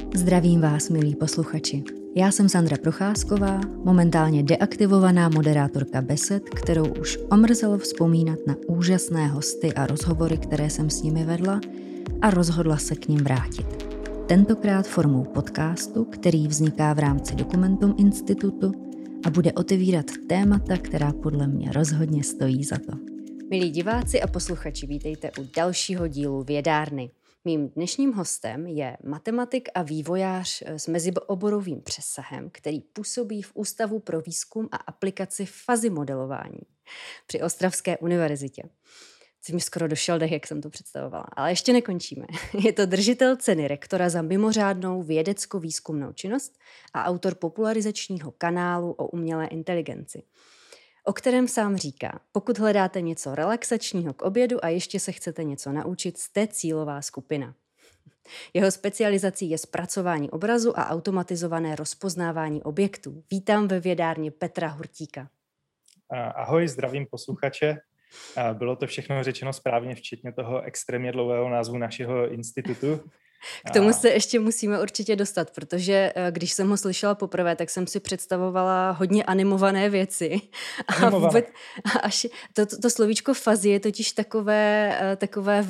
Zdravím vás, milí posluchači. Já jsem Sandra Procházková, momentálně deaktivovaná moderátorka besed, kterou už omrzelo vzpomínat na úžasné hosty a rozhovory, které jsem s nimi vedla, a rozhodla se k nim vrátit. Tentokrát formou podcastu, který vzniká v rámci Dokumentum institutu a bude otevírat témata, která podle mě rozhodně stojí za to. Milí diváci a posluchači, vítejte u dalšího dílu Vědárny. Mým dnešním hostem je matematik a vývojář s mezioborovým přesahem, který působí v Ústavu pro výzkum a aplikaci fuzzy modelování při Ostravské univerzitě. Jsi mi skoro došel dech, jak jsem to představovala. Ale ještě nekončíme. Je to držitel ceny rektora za mimořádnou vědecko-výzkumnou činnost a autor popularizačního kanálu o umělé inteligenci, o kterém sám říká, pokud hledáte něco relaxačního k obědu a ještě se chcete něco naučit, jste cílová skupina. Jeho specializací je zpracování obrazu a automatizované rozpoznávání objektů. Vítám ve Vědárně Petra Hurtíka. Ahoj, zdravím posluchače. Bylo to všechno řečeno správně, včetně toho extrémně dlouhého názvu našeho institutu. K tomu se ještě musíme určitě dostat, protože když jsem ho slyšela poprvé, tak jsem si představovala hodně animované věci. A vůbec, až to slovíčko fuzzy je totiž takové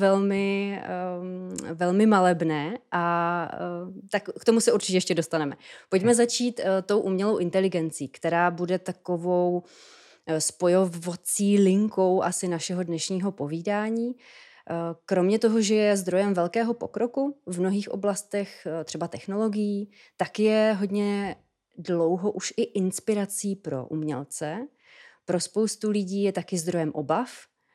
velmi malebné a tak k tomu se určitě ještě dostaneme. Pojďme začít tou umělou inteligencí, která bude takovou spojovací linkou asi našeho dnešního povídání. Kromě toho, že je zdrojem velkého pokroku v mnohých oblastech, třeba technologií, tak je hodně dlouho už i inspirací pro umělce. Pro spoustu lidí je taky zdrojem obav.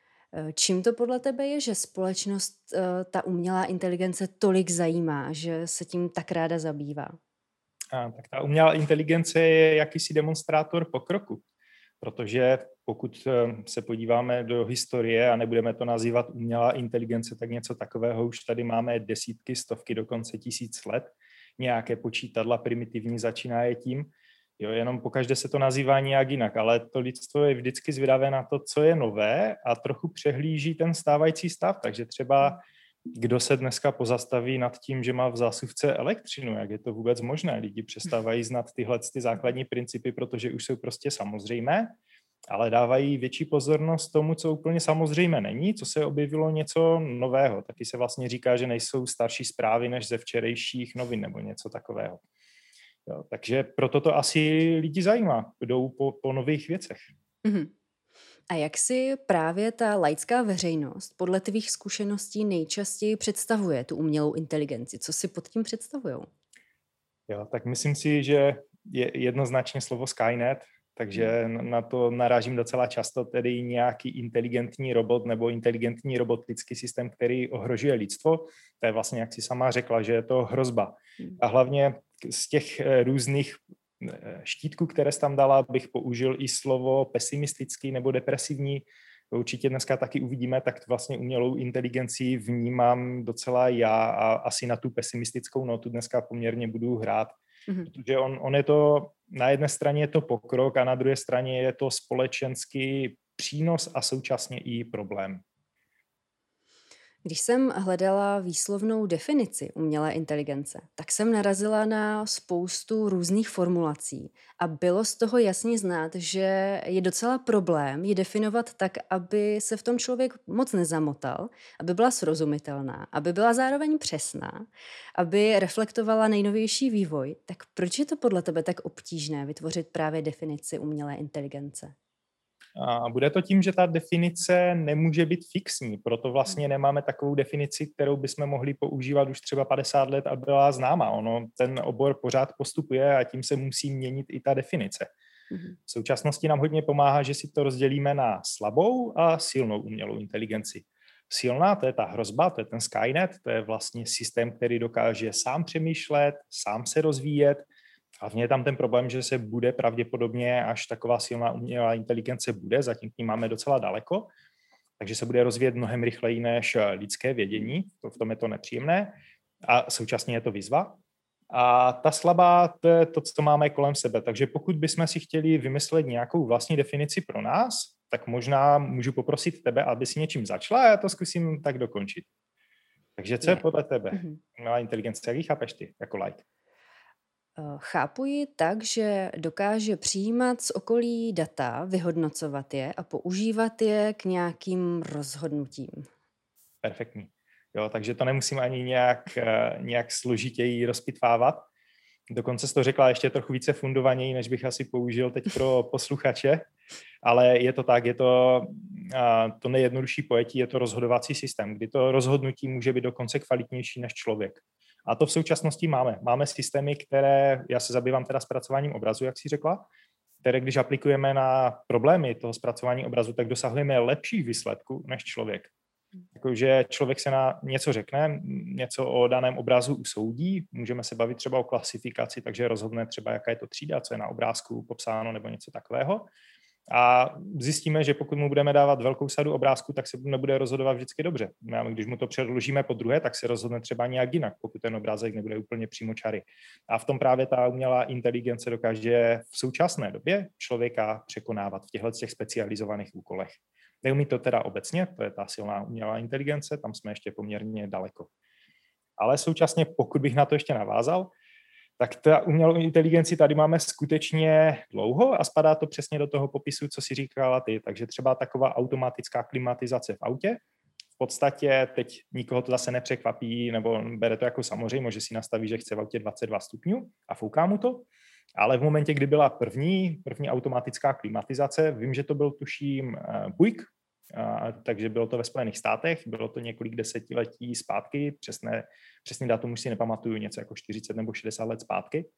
Čím to podle tebe je, že společnost ta umělá inteligence tolik zajímá, že se tím tak ráda zabývá? Tak ta umělá inteligence je jakýsi demonstrátor pokroku. Protože pokud se podíváme do historie a nebudeme to nazývat umělá inteligence, tak něco takového už tady máme desítky, stovky, dokonce 1000 let. Nějaké počítadla primitivní začíná tím. Jo, jenom pokaždé se to nazývá nějak jinak, ale to lidstvo je vždycky zvědavé na to, co je nové a trochu přehlíží ten stávající stav. Takže třeba kdo se dneska pozastaví nad tím, že má v zásuvce elektřinu, jak je to vůbec možné? Lidi přestávají znát tyhle základní principy, protože už jsou prostě samozřejmé, ale dávají větší pozornost tomu, co úplně samozřejmé není, co se objevilo něco nového. Taky se vlastně říká, že nejsou starší zprávy než ze včerejších novin nebo něco takového. Jo, takže proto to asi lidi zajímá, jdou po nových věcech. Mm-hmm. A jak si právě ta laická veřejnost podle tvých zkušeností nejčastěji představuje tu umělou inteligenci? Co si pod tím představujou? Jo, tak myslím si, že je jednoznačně slovo Skynet, takže na to narážím docela často, tedy nějaký inteligentní robot nebo inteligentní robotický systém, který ohrožuje lidstvo. To je vlastně, jak si sama řekla, že je to hrozba. A hlavně z těch různých štítků, které jsi tam dala, bych použil i slovo pesimistický nebo depresivní. Určitě dneska taky uvidíme, tak vlastně umělou inteligenci vnímám docela já a asi na tu pesimistickou notu dneska poměrně budu hrát. Protože on je to, na jedné straně je to pokrok a na druhé straně je to společenský přínos a současně i problém. Když jsem hledala výslovnou definici umělé inteligence, tak jsem narazila na spoustu různých formulací a bylo z toho jasně znát, že je docela problém ji definovat tak, aby se v tom člověk moc nezamotal, aby byla srozumitelná, aby byla zároveň přesná, aby reflektovala nejnovější vývoj. Tak proč je to podle tebe tak obtížné vytvořit právě definici umělé inteligence? A bude to tím, že ta definice nemůže být fixní, proto vlastně nemáme takovou definici, kterou bychom mohli používat už třeba 50 let a byla známa. Ten obor pořád postupuje a tím se musí měnit i ta definice. V současnosti nám hodně pomáhá, že si to rozdělíme na slabou a silnou umělou inteligenci. Silná, to je ta hrozba, to je ten Skynet, to je vlastně systém, který dokáže sám přemýšlet, sám se rozvíjet. Hlavně je tam ten problém, že se bude pravděpodobně, až taková silná umělá inteligence bude, zatím k ní máme docela daleko, takže se bude rozvíjet mnohem rychleji než lidské vědění, v tom je to nepříjemné a současně je to výzva. A ta slabá, to je to, co máme kolem sebe, takže pokud bychom si chtěli vymyslet nějakou vlastní definici pro nás, tak možná můžu poprosit tebe, aby si něčím začala a já to zkusím tak dokončit. Takže co je podle tebe umělá inteligence? Jak ji chápeš ty jako like? Chápu ji tak, že dokáže přijímat z okolí data, vyhodnocovat je a používat je k nějakým rozhodnutím. Perfektní. Jo, takže to nemusím ani nějak složitěji rozpitvávat. Dokonce jsi to řekla ještě trochu více fundovaněji, než bych asi použil teď pro posluchače, ale je to tak, je to nejjednodušší pojetí, je to rozhodovací systém, kdy to rozhodnutí může být dokonce kvalitnější než člověk. A to v současnosti máme. Máme systémy, které, já se zabývám teda zpracováním obrazu, jak jsi řekla, které když aplikujeme na problémy toho zpracování obrazu, tak dosahujeme lepších výsledků než člověk. Takže člověk se na něco řekne, něco o daném obrazu usoudí, můžeme se bavit třeba o klasifikaci, takže rozhodne třeba, jaká je to třída, co je na obrázku popsáno nebo něco takového. A zjistíme, že pokud mu budeme dávat velkou sadu obrázků, tak se nebude rozhodovat vždycky dobře. Když mu to předložíme po druhé, tak se rozhodne třeba nějak jinak, pokud ten obrázek nebude úplně přímočarý. A v tom právě ta umělá inteligence dokáže v současné době člověka překonávat v těchto specializovaných úkolech. Neumí to teda obecně, to je ta silná umělá inteligence, tam jsme ještě poměrně daleko. Ale současně, pokud bych na to ještě navázal, tak ta umělou inteligenci tady máme skutečně dlouho a spadá to přesně do toho popisu, co si říkala ty. Takže třeba taková automatická klimatizace v autě. V podstatě teď nikoho to zase nepřekvapí, nebo bere to jako samozřejmě, že si nastaví, že chce v autě 22 stupňů a fouká mu to. Ale v momentě, kdy byla první automatická klimatizace, vím, že to byl tuším Buick, takže bylo to ve Spojených státech, bylo to několik desetiletí zpátky, přesný datum už si nepamatuju, něco jako 40 nebo 60 let zpátky.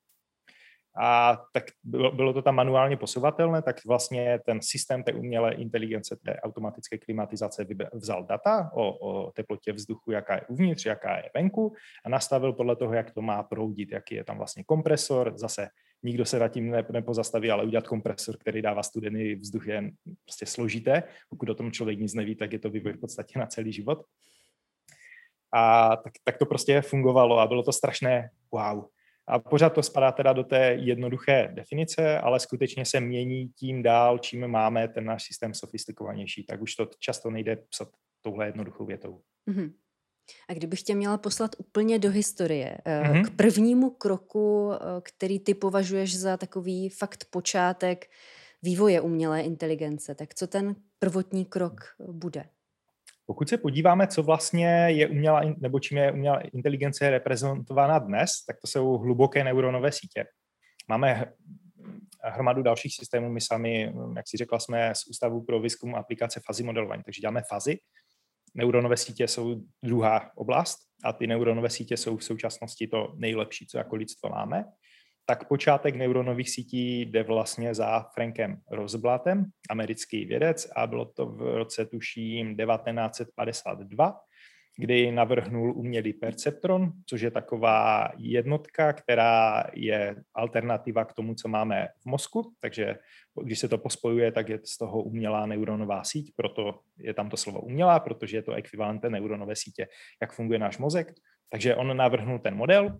A tak bylo to tam manuálně posouvatelné, tak vlastně ten systém té umělé inteligence, té automatické klimatizace vzal data o teplotě vzduchu, jaká je uvnitř, jaká je venku a nastavil podle toho, jak to má proudit, jaký je tam vlastně kompresor. Zase nikdo se nad tím nepozastaví, ale udělat kompresor, který dává studený vzduch, je prostě složité. Pokud o tom člověk nic neví, tak je to vývoj v podstatě na celý život. A tak to prostě fungovalo a bylo to strašné wow. A pořád to spadá teda do té jednoduché definice, ale skutečně se mění tím dál, čím máme ten náš systém sofistikovanější, tak už to často nejde psat touhle jednoduchou větou. Mm-hmm. A kdybych tě měla poslat úplně do historie, k prvnímu kroku, který ty považuješ za takový fakt počátek vývoje umělé inteligence, tak co ten prvotní krok bude? Pokud se podíváme, co vlastně je umělá, nebo čím je umělá inteligence reprezentována dnes, tak to jsou hluboké neuronové sítě. Máme hromadu dalších systémů, my sami, jak si řekla, jsme z Ústavu pro výzkum aplikace fuzzy modelování, takže děláme fuzzy. Neuronové sítě jsou druhá oblast a ty neuronové sítě jsou v současnosti to nejlepší, co jako lidstvo máme. Tak počátek neuronových sítí jde vlastně za Frankem Rosenblattem, americký vědec, a bylo to v roce tuším 1952, kdy navrhnul umělý perceptron, což je taková jednotka, která je alternativa k tomu, co máme v mozku, takže když se to pospojuje, tak je z toho umělá neuronová síť, proto je tam to slovo umělá, protože je to ekvivalent té neuronové sítě, jak funguje náš mozek. Takže on navrhnul ten model,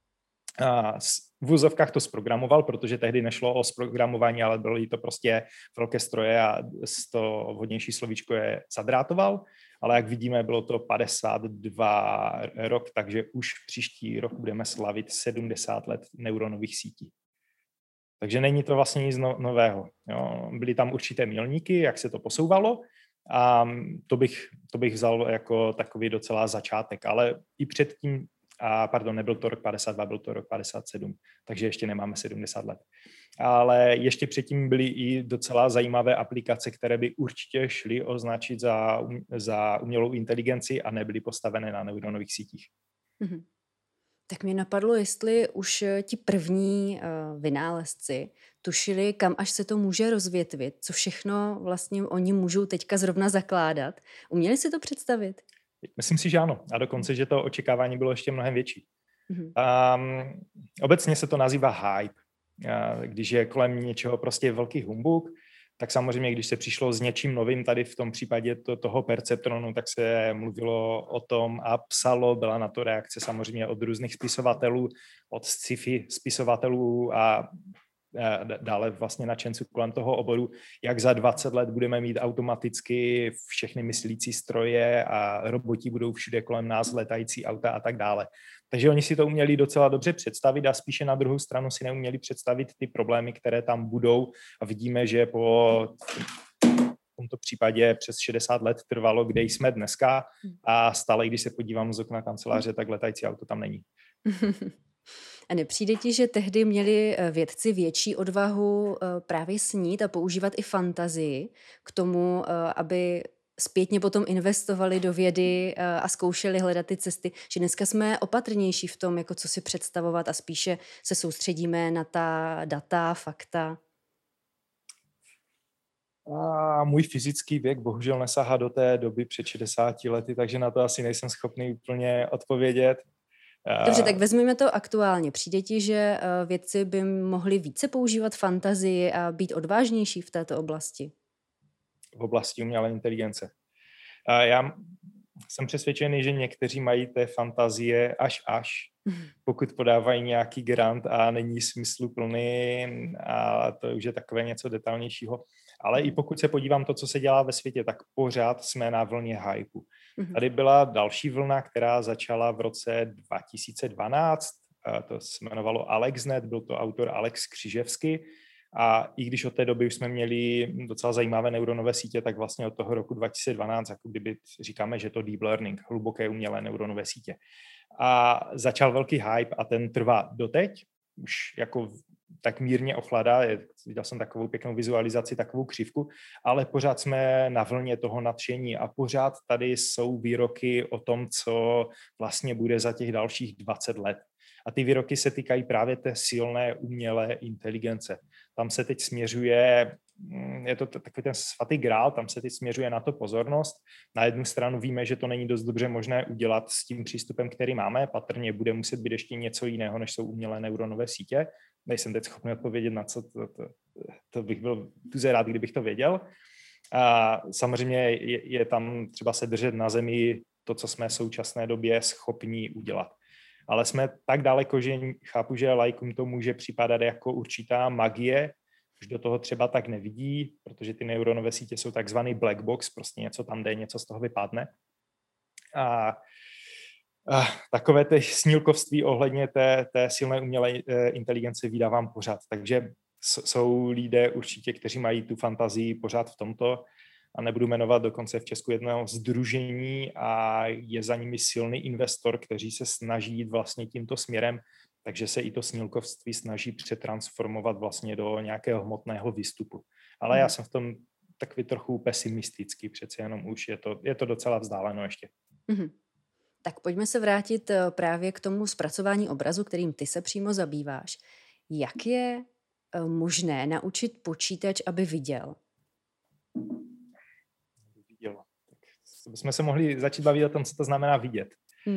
v úzovkách to zprogramoval, protože tehdy nešlo o zprogramování, ale byly to prostě velké stroje a to vhodnější slovíčko je zadrátoval, ale jak vidíme, bylo to 52 rok, takže už příští rok budeme slavit 70 let neuronových sítí. Takže není to vlastně nic nového. Jo. Byly tam určité milníky, jak se to posouvalo, a to bych vzal jako takový docela začátek, ale i předtím, nebyl to rok 52, byl to rok 57, takže ještě nemáme 70 let. Ale ještě předtím byly i docela zajímavé aplikace, které by určitě šly označit za umělou inteligenci a nebyly postavené na neuronových sítích. Mm-hmm. Tak mě napadlo, jestli už ti první vynálezci tušili, kam až se to může rozvětvit, co všechno vlastně oni můžou teďka zrovna zakládat. Uměli si to představit? Myslím si, že ano. A dokonce, že to očekávání bylo ještě mnohem větší. Mm-hmm. Obecně se to nazývá hype. Když je kolem něčeho prostě velký humbuk, tak samozřejmě, když se přišlo s něčím novým, tady v tom případě toho perceptronu, tak se mluvilo o tom a psalo, byla na to reakce samozřejmě od různých spisovatelů, od sci-fi spisovatelů a dále vlastně nadšenců kolem toho oboru, jak za 20 let budeme mít automaticky všechny myslící stroje a roboti budou všude kolem nás, letající auta a tak dále. Takže oni si to uměli docela dobře představit a spíše na druhou stranu si neuměli představit ty problémy, které tam budou a vidíme, že po v tomto případě přes 60 let trvalo, kde jsme dneska a stále, když se podívám z okna kanceláře, tak letající auto tam není. A nepřijde ti, že tehdy měli vědci větší odvahu právě snít a používat i fantazii k tomu, aby zpětně potom investovali do vědy a zkoušeli hledat ty cesty, že dneska jsme opatrnější v tom, jako co si představovat a spíše se soustředíme na ta data, fakta? A můj fyzický věk bohužel nesahá do té doby před 60 lety, takže na to asi nejsem schopný úplně odpovědět. Dobře, tak vezmeme to aktuálně. Přijde ti, že vědci by mohli více používat fantazii a být odvážnější v této oblasti? V oblasti umělé inteligence. Já jsem přesvědčený, že někteří mají té fantazie až, pokud podávají nějaký grant a není smysluplný a to už je takové něco detailnějšího. Ale i pokud se podívám to, co se dělá ve světě, tak pořád jsme na vlně hypeu. Tady byla další vlna, která začala v roce 2012, to se jmenovalo AlexNet, byl to autor Alex Křiževský. A i když od té doby už jsme měli docela zajímavé neuronové sítě, tak vlastně od toho roku 2012, jako kdyby říkáme, že to deep learning, hluboké umělé neuronové sítě. A začal velký hype a ten trvá doteď, už jako tak mírně ochladá, viděl jsem takovou pěknou vizualizaci, takovou křivku, ale pořád jsme na vlně toho nadšení a pořád tady jsou výroky o tom, co vlastně bude za těch dalších 20 let. A ty výroky se týkají právě té silné umělé inteligence. Tam se teď směřuje, je to takový ten svatý grál, tam se teď směřuje na to pozornost. Na jednu stranu víme, že to není dost dobře možné udělat s tím přístupem, který máme. Patrně bude muset být ještě něco jiného, než jsou umělé neuronové sítě. Nejsem teď schopný odpovědět na co, to bych byl tuze rád, kdybych to věděl. A samozřejmě je tam třeba se držet na zemi to, co jsme v současné době schopni udělat. Ale jsme tak daleko, že chápu, že laikům to může připadat jako určitá magie, už do toho třeba tak nevidí, protože ty neuronové sítě jsou takzvaný black box, prostě něco tam jde, něco z toho vypadne. A takové ty snílkovství ohledně té silné umělé inteligence vydávám pořád. Takže jsou lidé určitě, kteří mají tu fantazii pořád v tomto, a nebudu jmenovat dokonce v Česku jednoho sdružení a je za nimi silný investor, kteří se snaží jít vlastně tímto směrem, takže se i to snílkovství snaží přetransformovat vlastně do nějakého hmotného výstupu. Ale já jsem v tom takový trochu pesimistický, přece jenom už je to docela vzdáleno ještě. Tak pojďme se vrátit právě k tomu zpracování obrazu, kterým ty se přímo zabýváš. Jak je možné naučit počítač, aby viděl? Tak bychom se mohli začít bavit o tom, co to znamená vidět.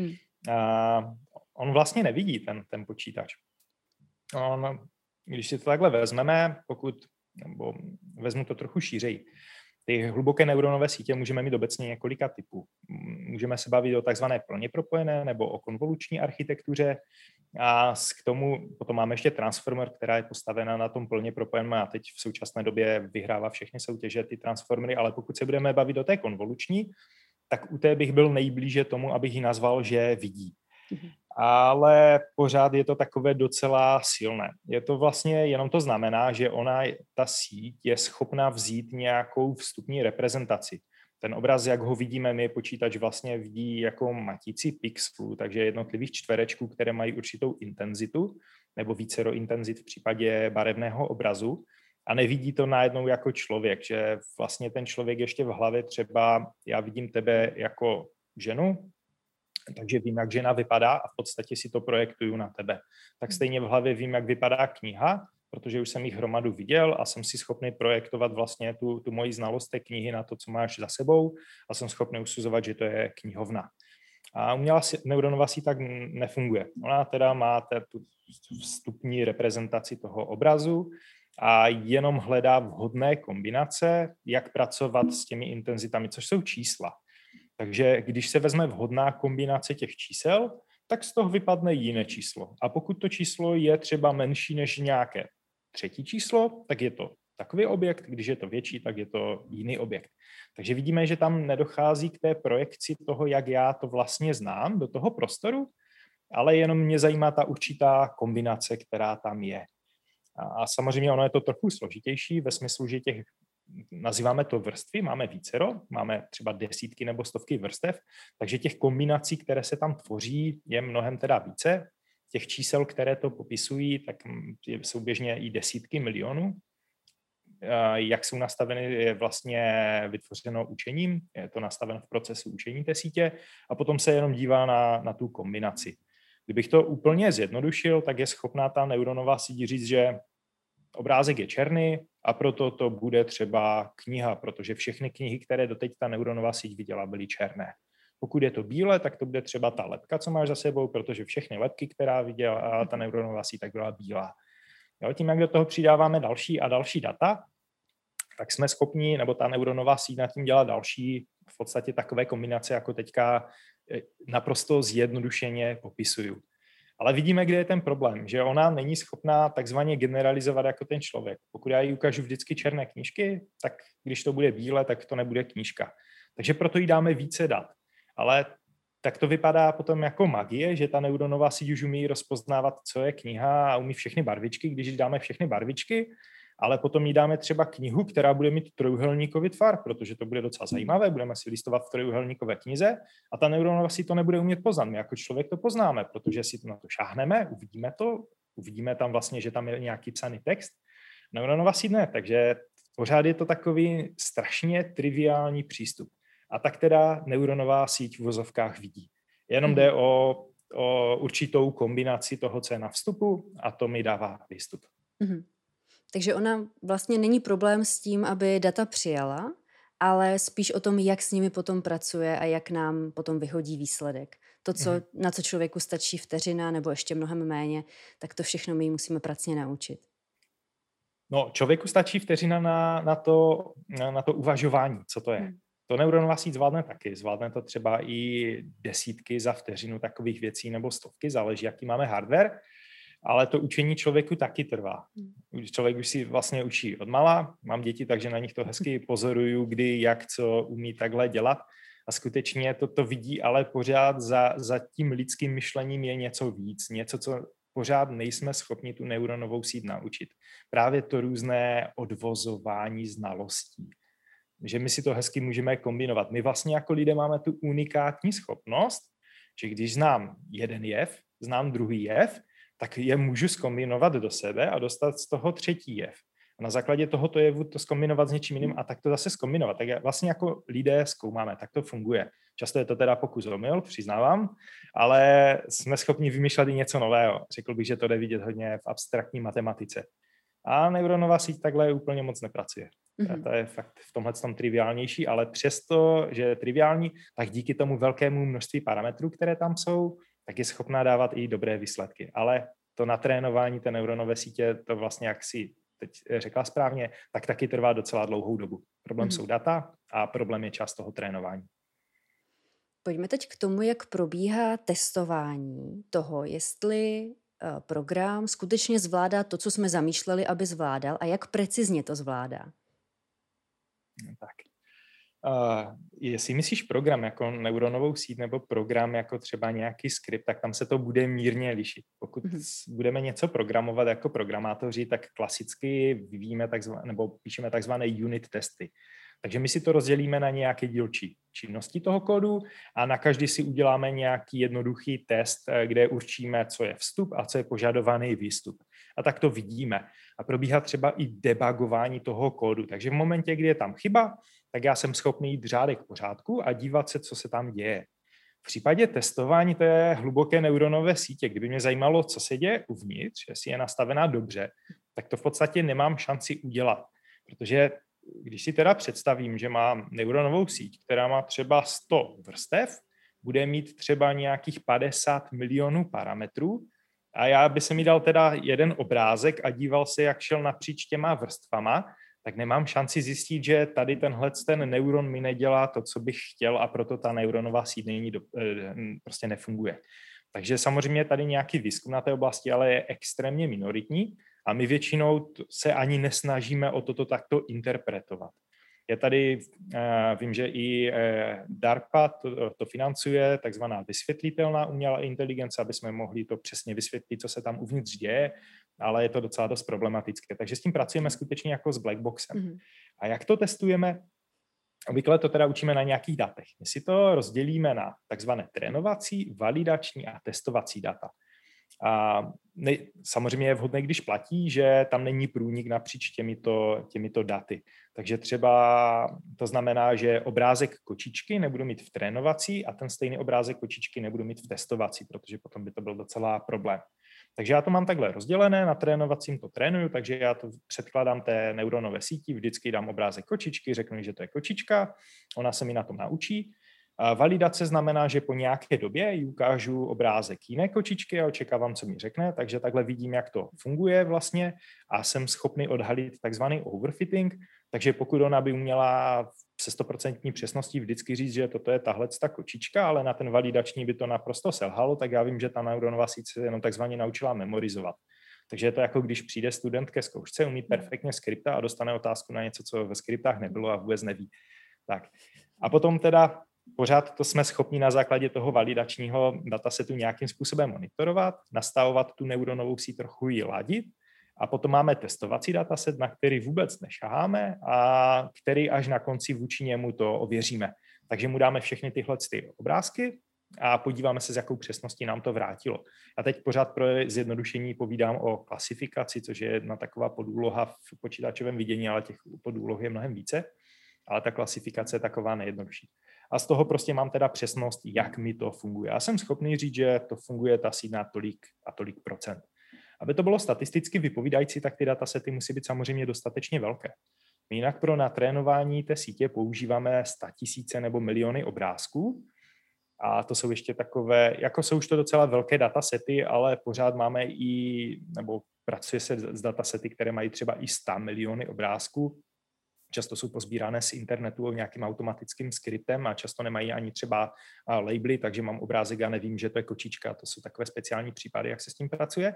On vlastně nevidí ten počítač. Když si to takhle vezmeme, nebo vezmu to trochu šířej, ty hluboké neuronové sítě můžeme mít obecně několika typů. Můžeme se bavit o takzvané plně propojené nebo o konvoluční architektuře a k tomu potom máme ještě transformer, která je postavena na tom plně propojeném a teď v současné době vyhrává všechny soutěže ty transformery, ale pokud se budeme bavit o té konvoluční, tak u té bych byl nejblíže tomu, abych ji nazval, že vidí. Ale pořád je to takové docela silné. Je to vlastně, jenom to znamená, že ta síť je schopná vzít nějakou vstupní reprezentaci. Ten obraz, jak ho vidíme my, počítač vlastně vidí jako matici pixelů, takže jednotlivých čtverečků, které mají určitou intenzitu, nebo vícero intenzit v případě barevného obrazu, a nevidí to najednou jako člověk, že vlastně ten člověk ještě v hlavě třeba, já vidím tebe jako ženu, takže vím, jak žena vypadá a v podstatě si to projektuju na tebe. Tak stejně v hlavě vím, jak vypadá kniha, protože už jsem jich hromadu viděl a jsem si schopný projektovat vlastně tu moji znalost té knihy na to, co máš za sebou a jsem schopný usuzovat, že to je knihovna. A umělá neuronová síť tak nefunguje. Ona teda má tu vstupní reprezentaci toho obrazu a jenom hledá vhodné kombinace, jak pracovat s těmi intenzitami, což jsou čísla. Takže když se vezme vhodná kombinace těch čísel, tak z toho vypadne jiné číslo. A pokud to číslo je třeba menší než nějaké třetí číslo, tak je to takový objekt, když je to větší, tak je to jiný objekt. Takže vidíme, že tam nedochází k té projekci toho, jak já to vlastně znám do toho prostoru, ale jenom mě zajímá ta určitá kombinace, která tam je. A samozřejmě ono je to trochu složitější ve smyslu, že nazýváme to vrstvy, máme vícero, máme třeba desítky nebo stovky vrstev, takže těch kombinací, které se tam tvoří, je mnohem teda více. Těch čísel, které to popisují, tak jsou běžně i desítky milionů. Jak jsou nastaveny, je vlastně vytvořeno učením, je to nastaveno v procesu učení té sítě a potom se jenom dívá na tu kombinaci. Kdybych to úplně zjednodušil, tak je schopná ta neuronová síť říct, že obrázek je černý a proto to bude třeba kniha, protože všechny knihy, které doteď ta neuronová síť viděla, byly černé. Pokud je to bílé, tak to bude třeba ta lebka, co máš za sebou, protože všechny lebky, která viděla ta neuronová síť, tak byla bílá. Jo, tím, jak do toho přidáváme další a další data, tak jsme schopni, nebo ta neuronová síť nad tím dělá další v podstatě takové kombinace, jako teďka naprosto zjednodušeně popisuju. Ale vidíme, kde je ten problém, že ona není schopná takzvaně generalizovat jako ten člověk. Pokud já jí ukážu vždycky černé knížky, tak když to bude bílé, tak to nebude knížka. Takže proto jí dáme více dat. Ale tak to vypadá potom jako magie, že ta neuronová síť už umí rozpoznávat, co je kniha a umí všechny barvičky, když jí dáme všechny barvičky, ale potom jí dáme třeba knihu, která bude mít trojuhelníkový tvar, protože to bude docela zajímavé, budeme si listovat v trojuhelníkové knize a ta neuronová síť to nebude umět poznat. My jako člověk to poznáme, protože si na to šáhneme, uvidíme tam vlastně, že tam je nějaký psaný text. Neuronová síť ne, takže pořád je to takový strašně triviální přístup. A tak teda neuronová síť v vozovkách vidí. Jenom jde o určitou kombinaci toho, co je na vstupu a to mi dává výstup. Mm-hmm. Takže ona vlastně není problém s tím, aby data přijala, ale spíš o tom, jak s nimi potom pracuje a jak nám potom vyhodí výsledek. To, na co člověku stačí vteřina nebo ještě mnohem méně, tak to všechno my musíme pracně naučit. No, člověku stačí vteřina na to uvažování, co to je. To neuronová síť zvládne taky. Zvládne to třeba i desítky za vteřinu takových věcí nebo stovky, záleží, jaký máme hardware, ale to učení člověku taky trvá. Člověk už si vlastně učí odmala, mám děti, takže na nich to hezky pozoruju, kdy, jak, co umí takhle dělat a skutečně to vidí, ale pořád za tím lidským myšlením je něco víc, něco, co pořád nejsme schopni tu neuronovou síť naučit. Právě to různé odvozování znalostí. Že my si to hezky můžeme kombinovat. My vlastně jako lidé máme tu unikátní schopnost, že když znám jeden jev, znám druhý jev, tak je můžu zkombinovat do sebe a dostat z toho třetí jev. A na základě tohoto jevu to zkombinovat s něčím jiným a tak to zase zkombinovat. Tak vlastně jako lidé zkoumáme, tak to funguje. Často je to teda pokus omyl, přiznávám, ale jsme schopni vymýšlet i něco nového. Řekl bych, že to jde vidět hodně v abstraktní matematice. A neuronová síť takhle úplně moc nepracuje. To je fakt v tomhle tom triviálnější, ale přesto, že je triviální, tak díky tomu velkému množství parametrů, které tam jsou, tak je schopná dávat i dobré výsledky. Ale to natrénování té neuronové sítě, to vlastně, jak si teď řekla správně, tak taky trvá docela dlouhou dobu. Problém jsou data a problém je čas toho trénování. Pojďme teď k tomu, jak probíhá testování toho, jestli program skutečně zvládá to, co jsme zamýšleli, aby zvládal a jak precizně to zvládá. Tak. Jestli myslíš program jako neuronovou síť nebo program jako třeba nějaký skript, tak tam se to bude mírně lišit. Pokud budeme něco programovat jako programátoři, tak klasicky vyvíjíme nebo píšeme takzvané unit testy. Takže my si to rozdělíme na nějaké dílčí činnosti toho kódu a na každý si uděláme nějaký jednoduchý test, kde určíme, co je vstup a co je požadovaný výstup. A tak to vidíme. A probíhá třeba i debugování toho kódu. Takže v momentě, kdy je tam chyba, tak já jsem schopný jít řádek pořádku a dívat se, co se tam děje. V případě testování to je hluboké neuronové sítě. Kdyby mě zajímalo, co se děje uvnitř, jestli je nastavená dobře, tak to v podstatě nemám šanci udělat. Protože když si teda představím, že mám neuronovou síť, která má třeba 100 vrstev, bude mít třeba nějakých 50 milionů parametrů a já by se mi dal teda jeden obrázek a díval se, jak šel napříč těma vrstvama, tak nemám šanci zjistit, že tady ten neuron mi nedělá to, co bych chtěl a proto ta neuronová síť prostě nefunguje. Takže samozřejmě tady nějaký výzkum na té oblasti, ale je extrémně minoritní a my většinou se ani nesnažíme o toto takto interpretovat. Je tady, vím, že i DARPA to financuje, takzvaná vysvětlitelná umělá inteligence, aby jsme mohli to přesně vysvětlit, co se tam uvnitř děje, ale je to docela dost problematické. Takže s tím pracujeme skutečně jako s blackboxem. A jak to testujeme? Obvykle to teda učíme na nějakých datech. My si to rozdělíme na takzvané trénovací, validační a testovací data. A samozřejmě je vhodné, když platí, že tam není průnik napříč těmito daty. Takže třeba to znamená, že obrázek kočičky nebudu mít v trénovací a ten stejný obrázek kočičky nebudu mít v testovací, protože potom by to byl docela problém. Takže já to mám takhle rozdělené, na trénovacím to trénuju, takže já to předkládám té neuronové síti, vždycky dám obrázek kočičky, řeknu, že to je kočička, ona se mi na tom naučí. A validace znamená, že po nějaké době jí ukážu obrázek jiné kočičky a očekávám, co mi řekne, takže takhle vidím, jak to funguje vlastně a jsem schopný odhalit takzvaný overfitting, takže pokud ona by uměla se 100% přesností vždycky říct, že toto je tahle ta kočička, ale na ten validační by to naprosto selhalo, tak já vím, že ta neuronová síť se jenom takzvaně naučila memorizovat. Takže je to jako když přijde student ke zkoušce, umí perfektně skripta a dostane otázku na něco, co ve skriptách nebylo a vůbec neví. Tak. A potom teda pořád to jsme schopni na základě toho validačního datasetu nějakým způsobem monitorovat, nastavovat tu neuronovou síť, trochu ji ladit a potom máme testovací dataset, na který vůbec nešaháme a který až na konci vůči němu to ověříme. Takže mu dáme všechny tyhle obrázky a podíváme se, s jakou přesností nám to vrátilo. A teď pořád pro zjednodušení povídám o klasifikaci, což je jedna taková podúloha v počítačovém vidění, ale těch podúloh je mnohem více, ale ta klasifikace je taková nejjednodušší. A z toho prostě mám teda přesnost, jak mi to funguje. Já jsem schopný říct, že to funguje ta síť na tolik a tolik procent. Aby to bylo statisticky vypovídající, tak ty datasety musí být samozřejmě dostatečně velké. My jinak pro natrénování té sítě používáme 100 000 nebo miliony obrázků a to jsou ještě takové, jako jsou už to docela velké datasety, ale pořád máme nebo pracuje se s datasety, které mají třeba i 100 miliony obrázků. Často jsou pozbírané z internetu nějakým automatickým skriptem a často nemají ani třeba labely, takže mám obrázek a nevím, že to je kočička. To jsou takové speciální případy, jak se s tím pracuje.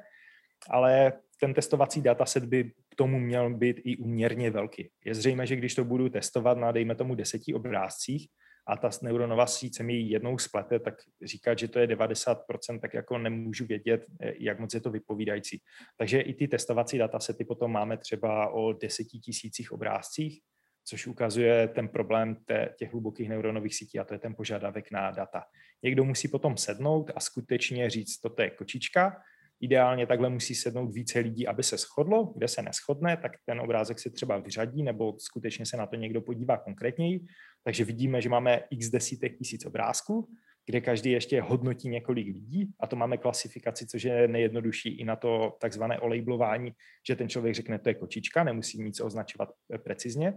Ale ten testovací dataset by k tomu měl být i úměrně velký. Je zřejmé, že když to budu testovat na, dejme tomu, 10 obrázcích a ta neuronová síť se mi jednou splete, tak říkat, že to je 90%, tak jako nemůžu vědět, jak moc je to vypovídající. Takže i ty testovací datasety potom máme třeba o 10 000 obrázcích, což ukazuje ten problém těch hlubokých neuronových sítí a to je ten požadavek na data. Někdo musí potom sednout a skutečně říct, toto je kočička. Ideálně takhle musí sednout více lidí, aby se shodlo. Kde se neshodne, tak ten obrázek se třeba vyřadí nebo skutečně se na to někdo podívá konkrétněji. Takže vidíme, že máme x desítek tisíc obrázků, kde každý ještě hodnotí několik lidí a to máme klasifikaci, což je nejjednodušší i na to takzvané olejblování, že ten člověk řekne, to je kočička, nemusí nic označovat precizně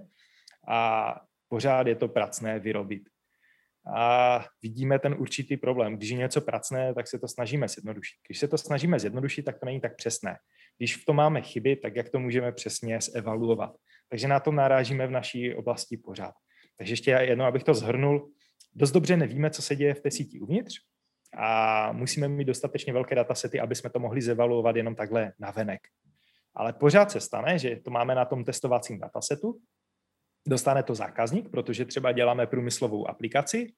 a pořád je to pracné vyrobit. A vidíme ten určitý problém. Když je něco pracné, tak se to snažíme zjednodušit. Když se to snažíme zjednodušit, tak to není tak přesné. Když v tom máme chyby, tak jak to můžeme přesně zevaluovat. Takže na to narážíme v naší oblasti pořád. Takže ještě jednou, abych to shrnul, dost dobře nevíme, co se děje v té síti uvnitř a musíme mít dostatečně velké datasety, aby jsme to mohli zevaluovat jenom takhle navenek. Ale pořád se stane, že to máme na tom testovacím datasetu, dostane to zákazník, protože třeba děláme průmyslovou aplikaci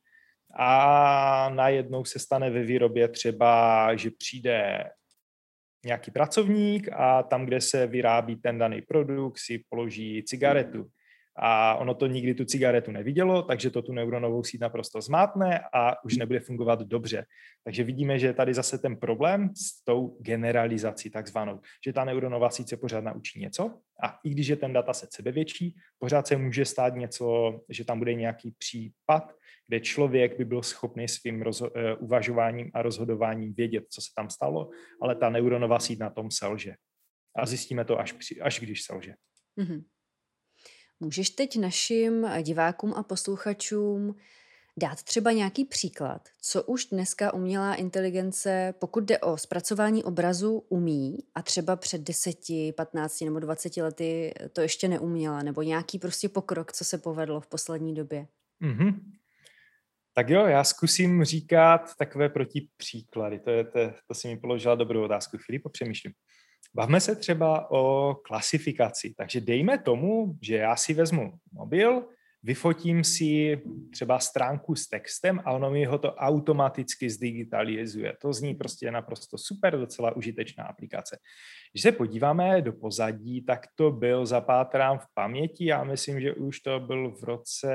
a najednou se stane ve výrobě třeba, že přijde nějaký pracovník a tam, kde se vyrábí ten daný produkt, si položí cigaretu. A ono to nikdy tu cigaretu nevidělo, takže to tu neuronovou síť naprosto zmátne a už nebude fungovat dobře. Takže vidíme, že je tady zase ten problém s tou generalizací takzvanou, že ta neuronová síť se pořád naučí něco a i když je ten dataset sebevětší, pořád se může stát něco, že tam bude nějaký případ, kde člověk by byl schopný svým uvažováním a rozhodováním vědět, co se tam stalo, ale ta neuronová síť na tom selže. A zjistíme to až když selže. Mm-hmm. Můžeš teď našim divákům a posluchačům dát třeba nějaký příklad, co už dneska umělá inteligence, pokud jde o zpracování obrazu, umí a třeba před 10, 15 nebo 20 lety to ještě neuměla, nebo nějaký prostě pokrok, co se povedlo v poslední době? Mm-hmm. Tak jo, já zkusím říkat takové protipříklady. To si mi položila dobrou otázku. Chvíli popřemýšlím. Bavme se třeba o klasifikaci. Takže dejme tomu, že já si vezmu mobil, vyfotím si třeba stránku s textem a ono mi ho to automaticky zdigitalizuje. To zní prostě naprosto super, docela užitečná aplikace. Když se podíváme do pozadí, tak to byl, zapátrám v paměti, já myslím, že už to byl v roce,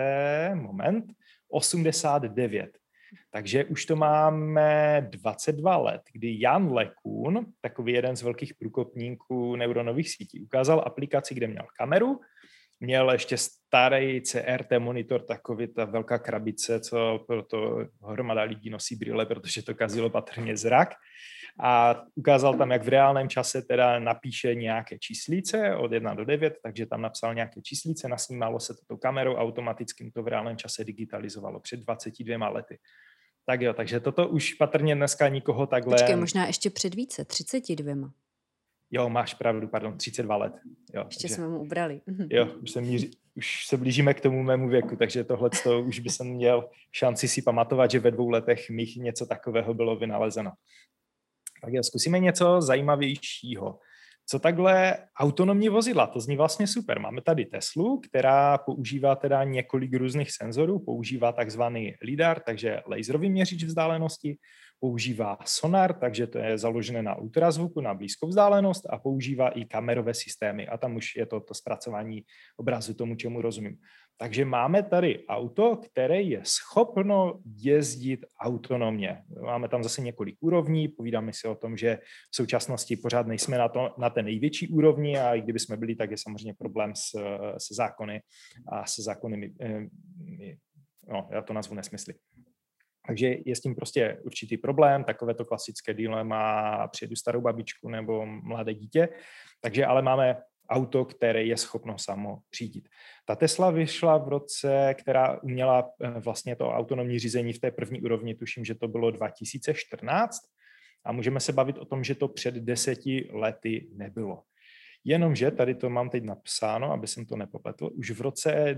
89. Takže už to máme 22 let, kdy Jan LeCun, takový jeden z velkých průkopníků neuronových sítí, ukázal aplikaci, kde měl kameru, měl ještě starý CRT monitor, takový ta velká krabice, co proto hromada lidí nosí brýle, protože to kazilo patrně zrak. A ukázal tam, jak v reálném čase teda napíše nějaké číslice od 1 do 9, takže tam napsal nějaké číslice, nasnímalo se to kamerou, automaticky to v reálném čase digitalizovalo před 22 lety. Tak jo, takže toto už patrně dneska nikoho takhle... Počkej, možná ještě před více, 32. Jo, máš pravdu, 32 let. Jo, ještě takže, jsme mu ubrali. Jo, už se blížíme k tomu mému věku, takže tohle už by jsem měl šanci si pamatovat, že ve 2 letech mých něco takového bylo vynalezeno. Tak jo, zkusíme něco zajímavějšího. Co takhle autonomní vozidla? To zní vlastně super. Máme tady Teslu, která používá teda několik různých senzorů, používá takzvaný LiDAR, takže laserový měřič vzdálenosti, používá sonar, takže to je založené na ultrazvuku, na blízkou vzdálenost a používá i kamerové systémy a tam už je to zpracování obrazu tomu, čemu rozumím. Takže máme tady auto, které je schopno jezdit autonomně. Máme tam zase několik úrovní, povídáme si o tom, že v současnosti pořád nejsme na té největší úrovni a i kdyby jsme byli, tak je samozřejmě problém se zákony a se zákony, no, já to nazvu nesmysly. Takže je s tím prostě určitý problém, takové to klasické dilema, přijedu starou babičku nebo mladé dítě, takže ale máme auto, které je schopno samo řídit. Ta Tesla vyšla v roce, která uměla vlastně to autonomní řízení v té první úrovni, tuším, že to bylo 2014 a můžeme se bavit o tom, že to před 10 lety nebylo. Jenomže, tady to mám teď napsáno, aby jsem to nepopletl, už v roce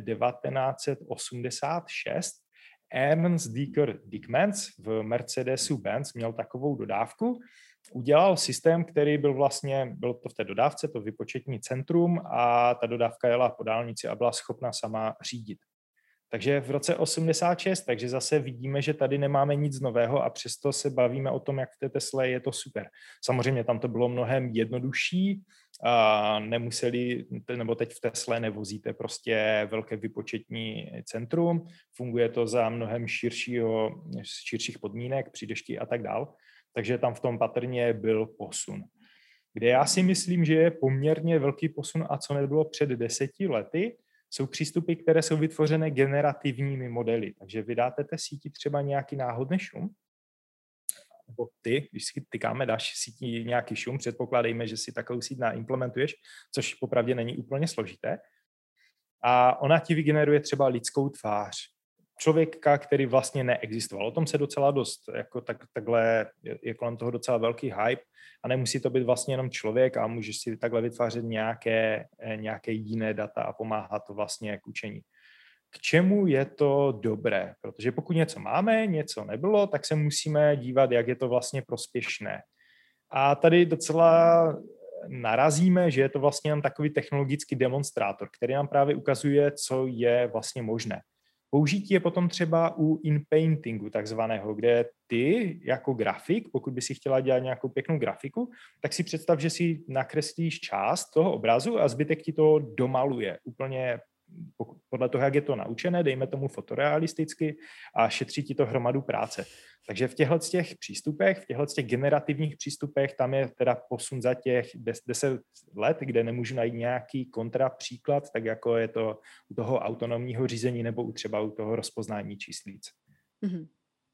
1986 Ernst Dieter Dickmann v Mercedesu-Benz měl takovou dodávku, udělal systém, který bylo to v té dodávce, to vypočetní centrum a ta dodávka jela po dálnici a byla schopna sama řídit. Takže v roce 86, takže zase vidíme, že tady nemáme nic nového a přesto se bavíme o tom, jak v té Tesle je to super. Samozřejmě tam to bylo mnohem jednodušší, a nemuseli, nebo teď v Tesle nevozíte prostě velké vypočetní centrum, funguje to za mnohem širších podmínek při dešti a tak dál, takže tam v tom patrně byl posun. Kde já si myslím, že je poměrně velký posun a co nebylo před 10 lety, jsou přístupy, které jsou vytvořené generativními modely. Takže vydáte té síti třeba nějaký náhodný šum, nebo ty, když si tykáme, dáš síti nějaký šum, předpokládejme, že si takovou síť naimplementuješ, což popravdě není úplně složité. A ona ti vygeneruje třeba lidskou tvář. Člověka, který vlastně neexistoval. O tom se docela dost, jako takhle je kolem toho docela velký hype a nemusí to být vlastně jenom člověk a můžeš si takhle vytvářet nějaké jiné data a pomáhá to vlastně k učení. K čemu je to dobré? Protože pokud něco máme, něco nebylo, tak se musíme dívat, jak je to vlastně prospěšné. A tady docela narazíme, že je to vlastně jen takový technologický demonstrátor, který nám právě ukazuje, co je vlastně možné. Použití je potom třeba u inpaintingu takzvaného, kde ty jako grafik, pokud by si chtěla dělat nějakou pěknou grafiku, tak si představ, že si nakreslíš část toho obrazu a zbytek ti to domaluje úplně podle toho, jak je to naučené, dejme tomu fotorealisticky a šetří ti to hromadu práce. Takže v těchto přístupech, v těchto generativních přístupech, tam je teda posun za těch 10 let, kde nemůžu najít nějaký kontrapříklad, tak jako je to u toho autonomního řízení nebo třeba u toho rozpoznání číslic. Mm-hmm.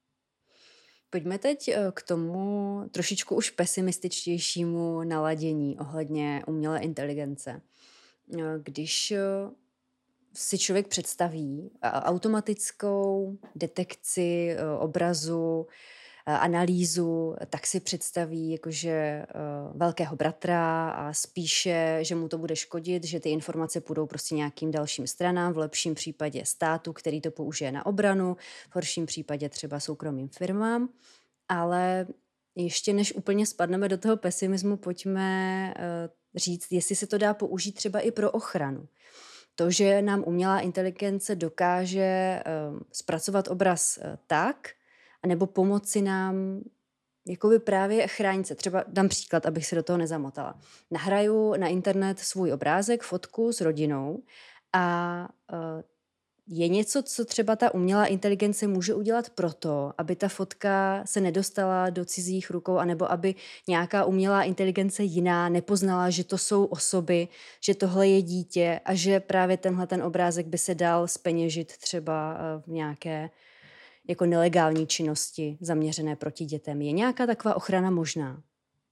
Pojďme teď k tomu trošičku už pesimističtějšímu naladění ohledně umělé inteligence. Když si člověk představí automatickou detekci obrazu analýzu, tak si představí jakože velkého bratra a spíše, že mu to bude škodit, že ty informace půjdou prostě nějakým dalším stranám, v lepším případě státu, který to použije na obranu, v horším případě třeba soukromým firmám. Ale ještě než úplně spadneme do toho pesimismu, pojďme říct, jestli se to dá použít třeba i pro ochranu. To, že nám umělá inteligence dokáže zpracovat obraz tak, anebo pomoci nám jakoby právě chránit se. Třeba dám příklad, abych se do toho nezamotala. Nahraju na internet svůj obrázek, fotku s rodinou a je něco, co třeba ta umělá inteligence může udělat proto, aby ta fotka se nedostala do cizích rukou, anebo aby nějaká umělá inteligence jiná nepoznala, že to jsou osoby, že tohle je dítě a že právě tenhle ten obrázek by se dal zpeněžit třeba v nějaké jako nelegální činnosti zaměřené proti dětem. Je nějaká taková ochrana možná?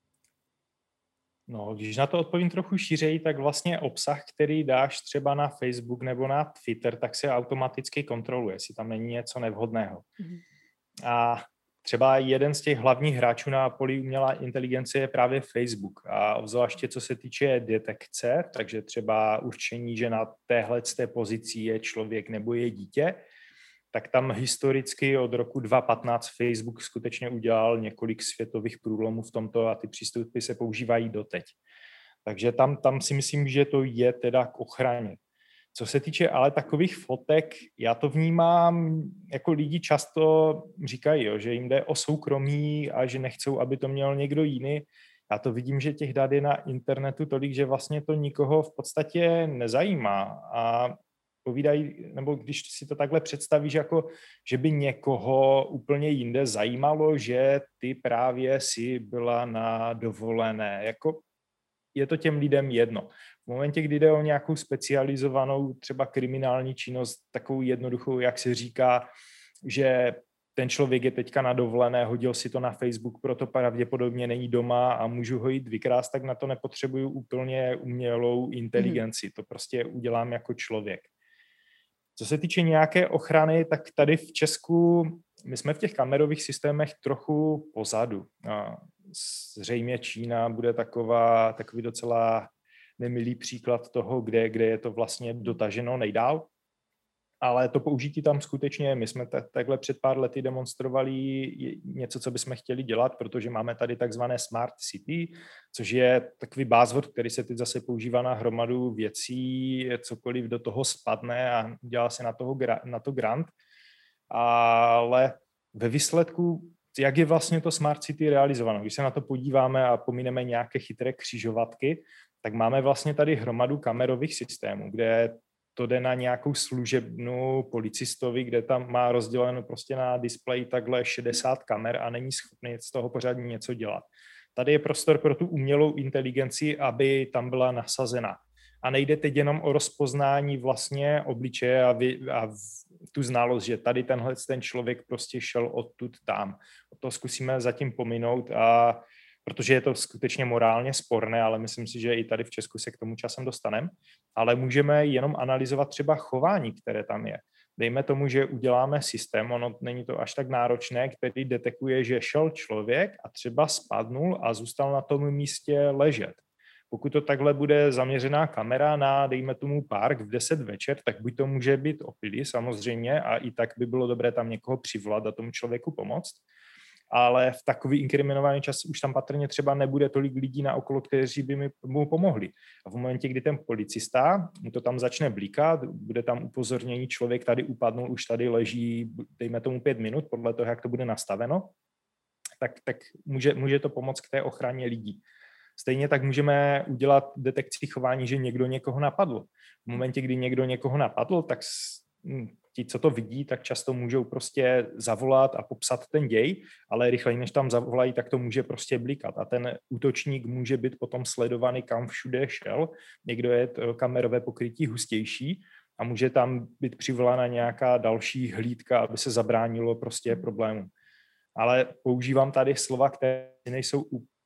No, když na to odpovím trochu šířeji, tak vlastně obsah, který dáš třeba na Facebook nebo na Twitter, tak se automaticky kontroluje, jestli tam není něco nevhodného. Mm-hmm. A třeba jeden z těch hlavních hráčů na poli umělá inteligence je právě Facebook. A obzvláště co se týče detekce, takže třeba určení, že na téhle pozici je člověk nebo je dítě, tak tam historicky od roku 2015 Facebook skutečně udělal několik světových průlomů v tomto a ty přístupy se používají doteď. Takže tam si myslím, že to je teda k ochraně. Co se týče ale takových fotek, já to vnímám, jako lidi často říkají, jo, že jim jde o soukromí a že nechcou, aby to měl někdo jiný. Já to vidím, že těch dat je na internetu tolik, že vlastně to nikoho v podstatě nezajímá. A povídají, nebo když si to takhle představíš, jako, že by někoho úplně jinde zajímalo, že ty právě si byla na dovolené. Jako, je to těm lidem jedno. V momentě, kdy jde o nějakou specializovanou třeba kriminální činnost, takovou jednoduchou, jak se říká, že ten člověk je teďka na dovolené, hodil si to na Facebook, proto pravděpodobně není doma a můžu ho jít vykrást, tak na to nepotřebuju úplně umělou inteligenci. To prostě udělám jako člověk. Co se týče nějaké ochrany, tak tady v Česku my jsme v těch kamerových systémech trochu pozadu. Zřejmě Čína bude takový docela nemilý příklad toho, kde je to vlastně dotaženo nejdál. Ale to použití tam skutečně, my jsme takhle před pár lety demonstrovali něco, co bychom chtěli dělat, protože máme tady takzvané Smart City, což je takový buzzword, který se teď zase používá na hromadu věcí, cokoliv do toho spadne a dělá se na to grant. Ale ve výsledku, jak je vlastně to Smart City realizováno? Když se na to podíváme a pomineme nějaké chytré křižovatky, tak máme vlastně tady hromadu kamerových systémů, kde to jde na nějakou služebnu policistovi, kde tam má rozděleno prostě na displeji takhle 60 kamer a není schopný z toho pořádně něco dělat. Tady je prostor pro tu umělou inteligenci, aby tam byla nasazena. A nejde teď jenom o rozpoznání vlastně obličeje a tu znalost, že tady ten člověk prostě šel odtud tam. To zkusíme zatím pominout, protože je to skutečně morálně sporné, ale myslím si, že i tady v Česku se k tomu časem dostaneme. Ale můžeme jenom analyzovat třeba chování, které tam je. Dejme tomu, že uděláme systém, ono není to až tak náročné, který detekuje, že šel člověk a třeba spadnul a zůstal na tom místě ležet. Pokud to takhle bude zaměřená kamera na, dejme tomu, park v 10 večer, tak buď to může být opilý samozřejmě a i tak by bylo dobré tam někoho přivolat a tomu člověku pomoct. Ale v takový inkriminovaný čas už tam patrně třeba nebude tolik lidí na okolo, kteří by mu pomohli. A v momentě, kdy ten policista mu to tam začne blíkat, bude tam upozornění, člověk tady upadnul, už tady leží, dejme tomu 5 minut, podle toho, jak to bude nastaveno, tak může to pomoct k té ochraně lidí. Stejně tak můžeme udělat detekci chování, že někdo někoho napadl. V momentě, kdy někdo někoho napadl, tak ti, co to vidí, tak často můžou prostě zavolat a popsat ten děj, ale rychleji, než tam zavolají, tak to může prostě blikat. A ten útočník může být potom sledovaný, kam všude šel. Někdo je to kamerové pokrytí hustější a může tam být přivolána nějaká další hlídka, aby se zabránilo prostě problému. Ale používám tady slova, které nejsou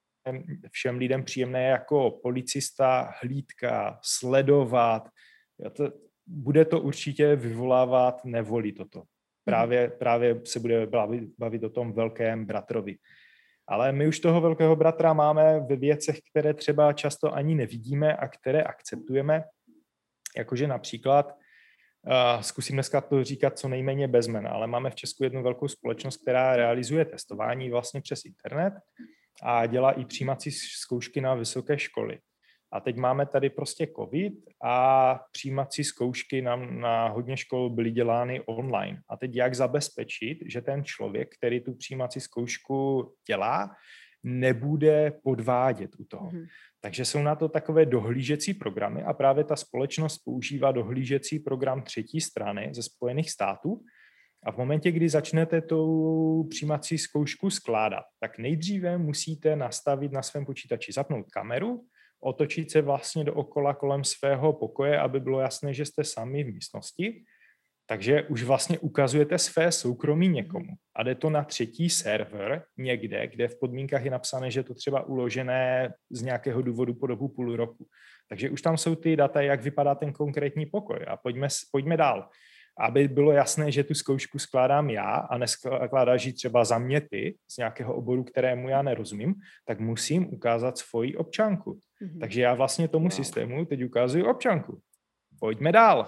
všem lidem příjemné, jako policista, hlídka, sledovat. Bude to určitě vyvolávat nevoli toto. právě se bude bavit o tom velkém bratrovi. Ale my už toho velkého bratra máme ve věcech, které třeba často ani nevidíme a které akceptujeme, jakože například, zkusím dneska to říkat co nejméně bez jmen, ale máme v Česku jednu velkou společnost, která realizuje testování vlastně přes internet a dělá i přijímací zkoušky na vysoké školy. A teď máme tady prostě covid a přijímací zkoušky na hodně škol byly dělány online. A teď jak zabezpečit, že ten člověk, který tu přijímací zkoušku dělá, nebude podvádět u toho. Takže jsou na to takové dohlížecí programy a právě ta společnost používá dohlížecí program třetí strany ze Spojených států. A v momentě, kdy začnete tu přijímací zkoušku skládat, tak nejdříve musíte nastavit na svém počítači, zapnout kameru, otočit se vlastně dookola kolem svého pokoje, aby bylo jasné, že jste sami v místnosti. Takže už vlastně ukazujete své soukromí někomu. A jde to na třetí server někde, kde v podmínkách je napsané, že je to třeba uložené z nějakého důvodu po dobu půl roku. Takže už tam jsou ty data, jak vypadá ten konkrétní pokoj. A pojďme dál. Aby bylo jasné, že tu zkoušku skládám já a neskládáš ji třeba za mě ty z nějakého oboru, kterému já nerozumím, tak musím ukázat svoji občanku. Takže já vlastně tomu systému teď ukazuju občanku. Pojďme dál.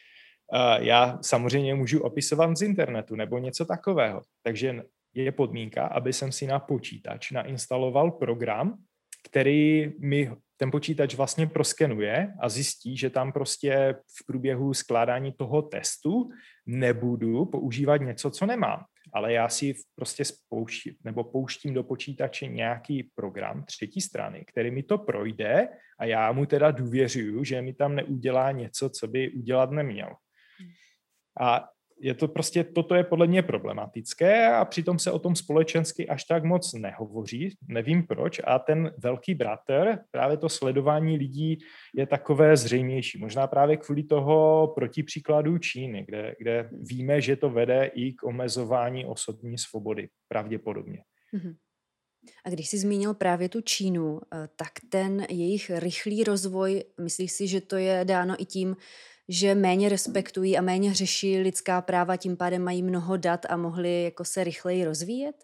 Já samozřejmě můžu opisovat z internetu nebo něco takového. Takže je podmínka, aby jsem si na počítač nainstaloval program, který mi ten počítač vlastně proskenuje a zjistí, že tam prostě v průběhu skládání toho testu nebudu používat něco, co nemám. Ale já si prostě pouštím do počítače nějaký program třetí strany, který mi to projde a já mu teda důvěřuju, že mi tam neudělá něco, co by udělat neměl. A je to prostě, toto je podle mě problematické a přitom se o tom společensky až tak moc nehovoří, nevím proč, a ten velký bratr, právě to sledování lidí je takové zřejmější. Možná právě kvůli toho protipříkladu Číny, kde víme, že to vede i k omezování osobní svobody, pravděpodobně. A když jsi zmínil právě tu Čínu, tak ten jejich rychlý rozvoj, myslíš si, že to je dáno i tím, že méně respektují a méně řeší lidská práva, tím pádem mají mnoho dat a mohli jako se rychleji rozvíjet?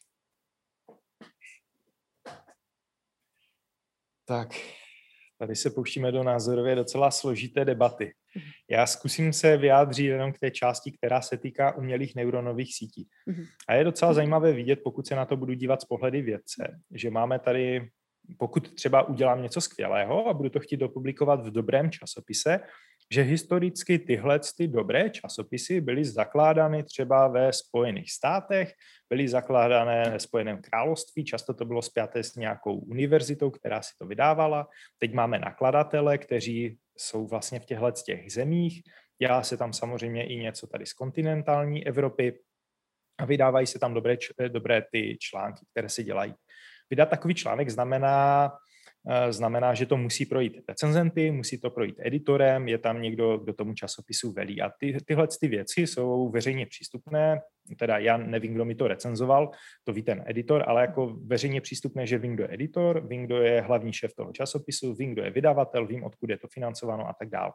Tak, tady se pouštíme do názorově docela složité debaty. Já zkusím se vyjádřit jenom k té části, která se týká umělých neuronových sítí. A je docela zajímavé vidět, pokud se na to budu dívat z pohledy vědce, že máme tady, pokud třeba udělám něco skvělého a budu to chtít dopublikovat v dobrém časopise, že historicky tyhle ty dobré časopisy byly zakládány třeba ve Spojených státech, byly zakládané ve Spojeném království, často to bylo spjaté s nějakou univerzitou, která si to vydávala. Teď máme nakladatele, kteří jsou vlastně v těchto zemích. Dělá se tam samozřejmě i něco tady z kontinentální Evropy a vydávají se tam dobré ty články, které se dělají. Vydat takový článek znamená, že to musí projít recenzenty, musí to projít editorem, je tam někdo, kdo tomu časopisu velí. A tyhle věci jsou veřejně přístupné, teda já nevím, kdo mi to recenzoval, to ví ten editor, ale jako veřejně přístupné, že vím, kdo je editor, vím, kdo je hlavní šéf toho časopisu, vím, kdo je vydavatel, vím, odkud je to financováno a tak dále.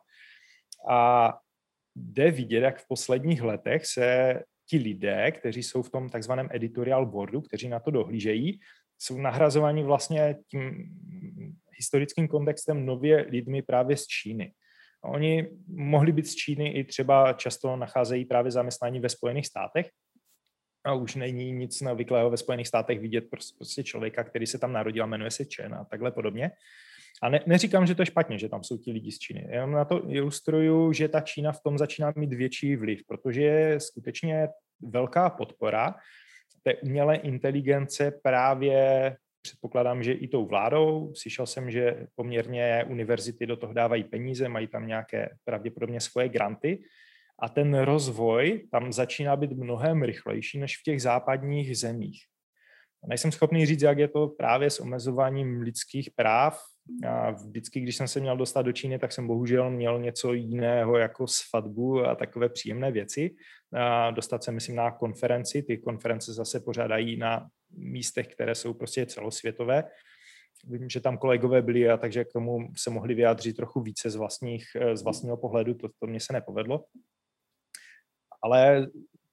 A jde vidět, jak v posledních letech se ti lidé, kteří jsou v tom takzvaném editorial boardu, kteří na to dohlížejí, jsou nahrazováni vlastně tím historickým kontextem nově lidmi právě z Číny. A oni mohli být z Číny i třeba často nacházejí právě zaměstnání ve Spojených státech a už není nic neobvyklého ve Spojených státech vidět prostě člověka, který se tam narodil a jmenuje se Chen a takhle podobně. A neříkám, že to je špatně, že tam jsou ti lidi z Číny. Jenom na to ilustruju, že ta Čína v tom začíná mít větší vliv, protože je skutečně velká podpora té umělé inteligence právě, předpokládám, že i tou vládou. Slyšel jsem, že poměrně univerzity do toho dávají peníze, mají tam nějaké pravděpodobně svoje granty a ten rozvoj tam začíná být mnohem rychlejší než v těch západních zemích. Nejsem schopný říct, jak je to právě s omezováním lidských práv. A vždycky, když jsem se měl dostat do Číny, tak jsem bohužel měl něco jiného jako svatbu a takové příjemné věci. A dostat se, myslím, na konferenci. Ty konference zase pořádají na místech, které jsou prostě celosvětové. Vím, že tam kolegové byli, a takže k tomu se mohli vyjádřit trochu více z vlastního pohledu. To mě se nepovedlo. Ale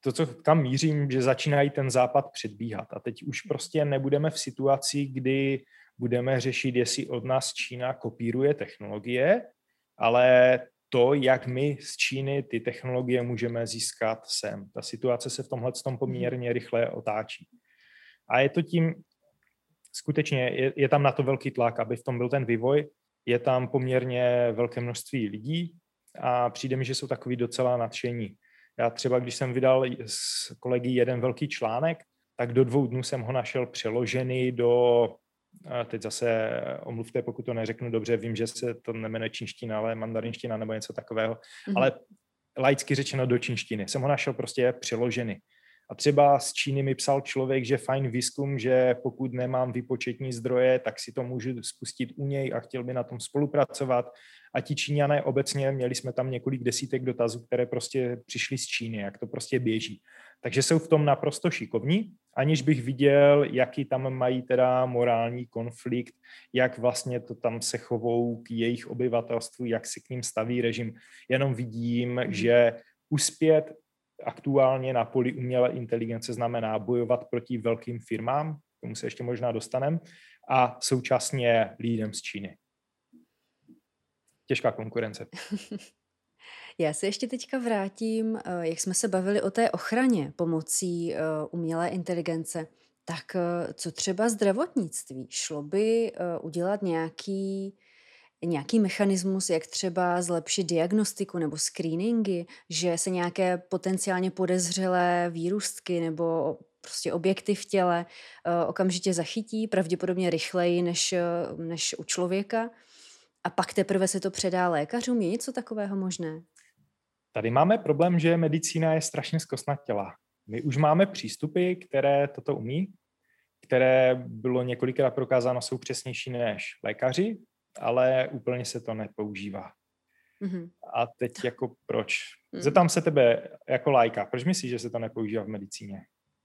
kam mířím, že začínají ten západ předbíhat. A teď už prostě nebudeme v situaci, kdy budeme řešit, jestli od nás Čína kopíruje technologie, ale to, jak my z Číny ty technologie můžeme získat sem. Ta situace se v tomhletom poměrně rychle otáčí. A je to tím, skutečně je tam na to velký tlak, aby v tom byl ten vývoj, je tam poměrně velké množství lidí a přijde mi, že jsou takový docela nadšení. Já třeba, když jsem vydal s kolegy jeden velký článek, tak do 2 dnů jsem ho našel přeložený do, teď zase omluvte, pokud to neřeknu dobře, vím, že se to nemenuje čínština, ale mandarinština nebo něco takového, ale laicky řečeno do čínštiny. Jsem ho našel prostě přeložený. A třeba z Číny mi psal člověk, že fajn výzkum, že pokud nemám výpočetní zdroje, tak si to můžu spustit u něj a chtěl by na tom spolupracovat. A ti Číňané obecně, měli jsme tam několik desítek dotazů, které prostě přišly z Číny, jak to prostě běží. Takže jsou v tom naprosto šikovní, aniž bych viděl, jaký tam mají teda morální konflikt, jak vlastně to tam se chovou k jejich obyvatelstvu, jak se k ním staví režim. Jenom vidím, že uspět aktuálně na poli umělé inteligence znamená bojovat proti velkým firmám, k tomu se ještě možná dostaneme, a současně lidem z Číny. Těžká konkurence. Já se ještě teďka vrátím, jak jsme se bavili o té ochraně pomocí umělé inteligence, tak co třeba zdravotnictví? Šlo by udělat nějaký mechanismus, jak třeba zlepšit diagnostiku nebo screeningy, že se nějaké potenciálně podezřelé výrůstky nebo prostě objekty v těle okamžitě zachytí, pravděpodobně rychleji než u člověka, a pak teprve se to předá lékařům? Je něco takového možné? Tady máme problém, že medicína je strašně zkostnatělá. My už máme přístupy, které toto umí, které bylo několikrát prokázáno, jsou přesnější než lékaři, ale úplně se to nepoužívá. Mm-hmm. A teď jako proč? Zeptám se tebe jako laika, proč myslíš, že se to nepoužívá v medicíně?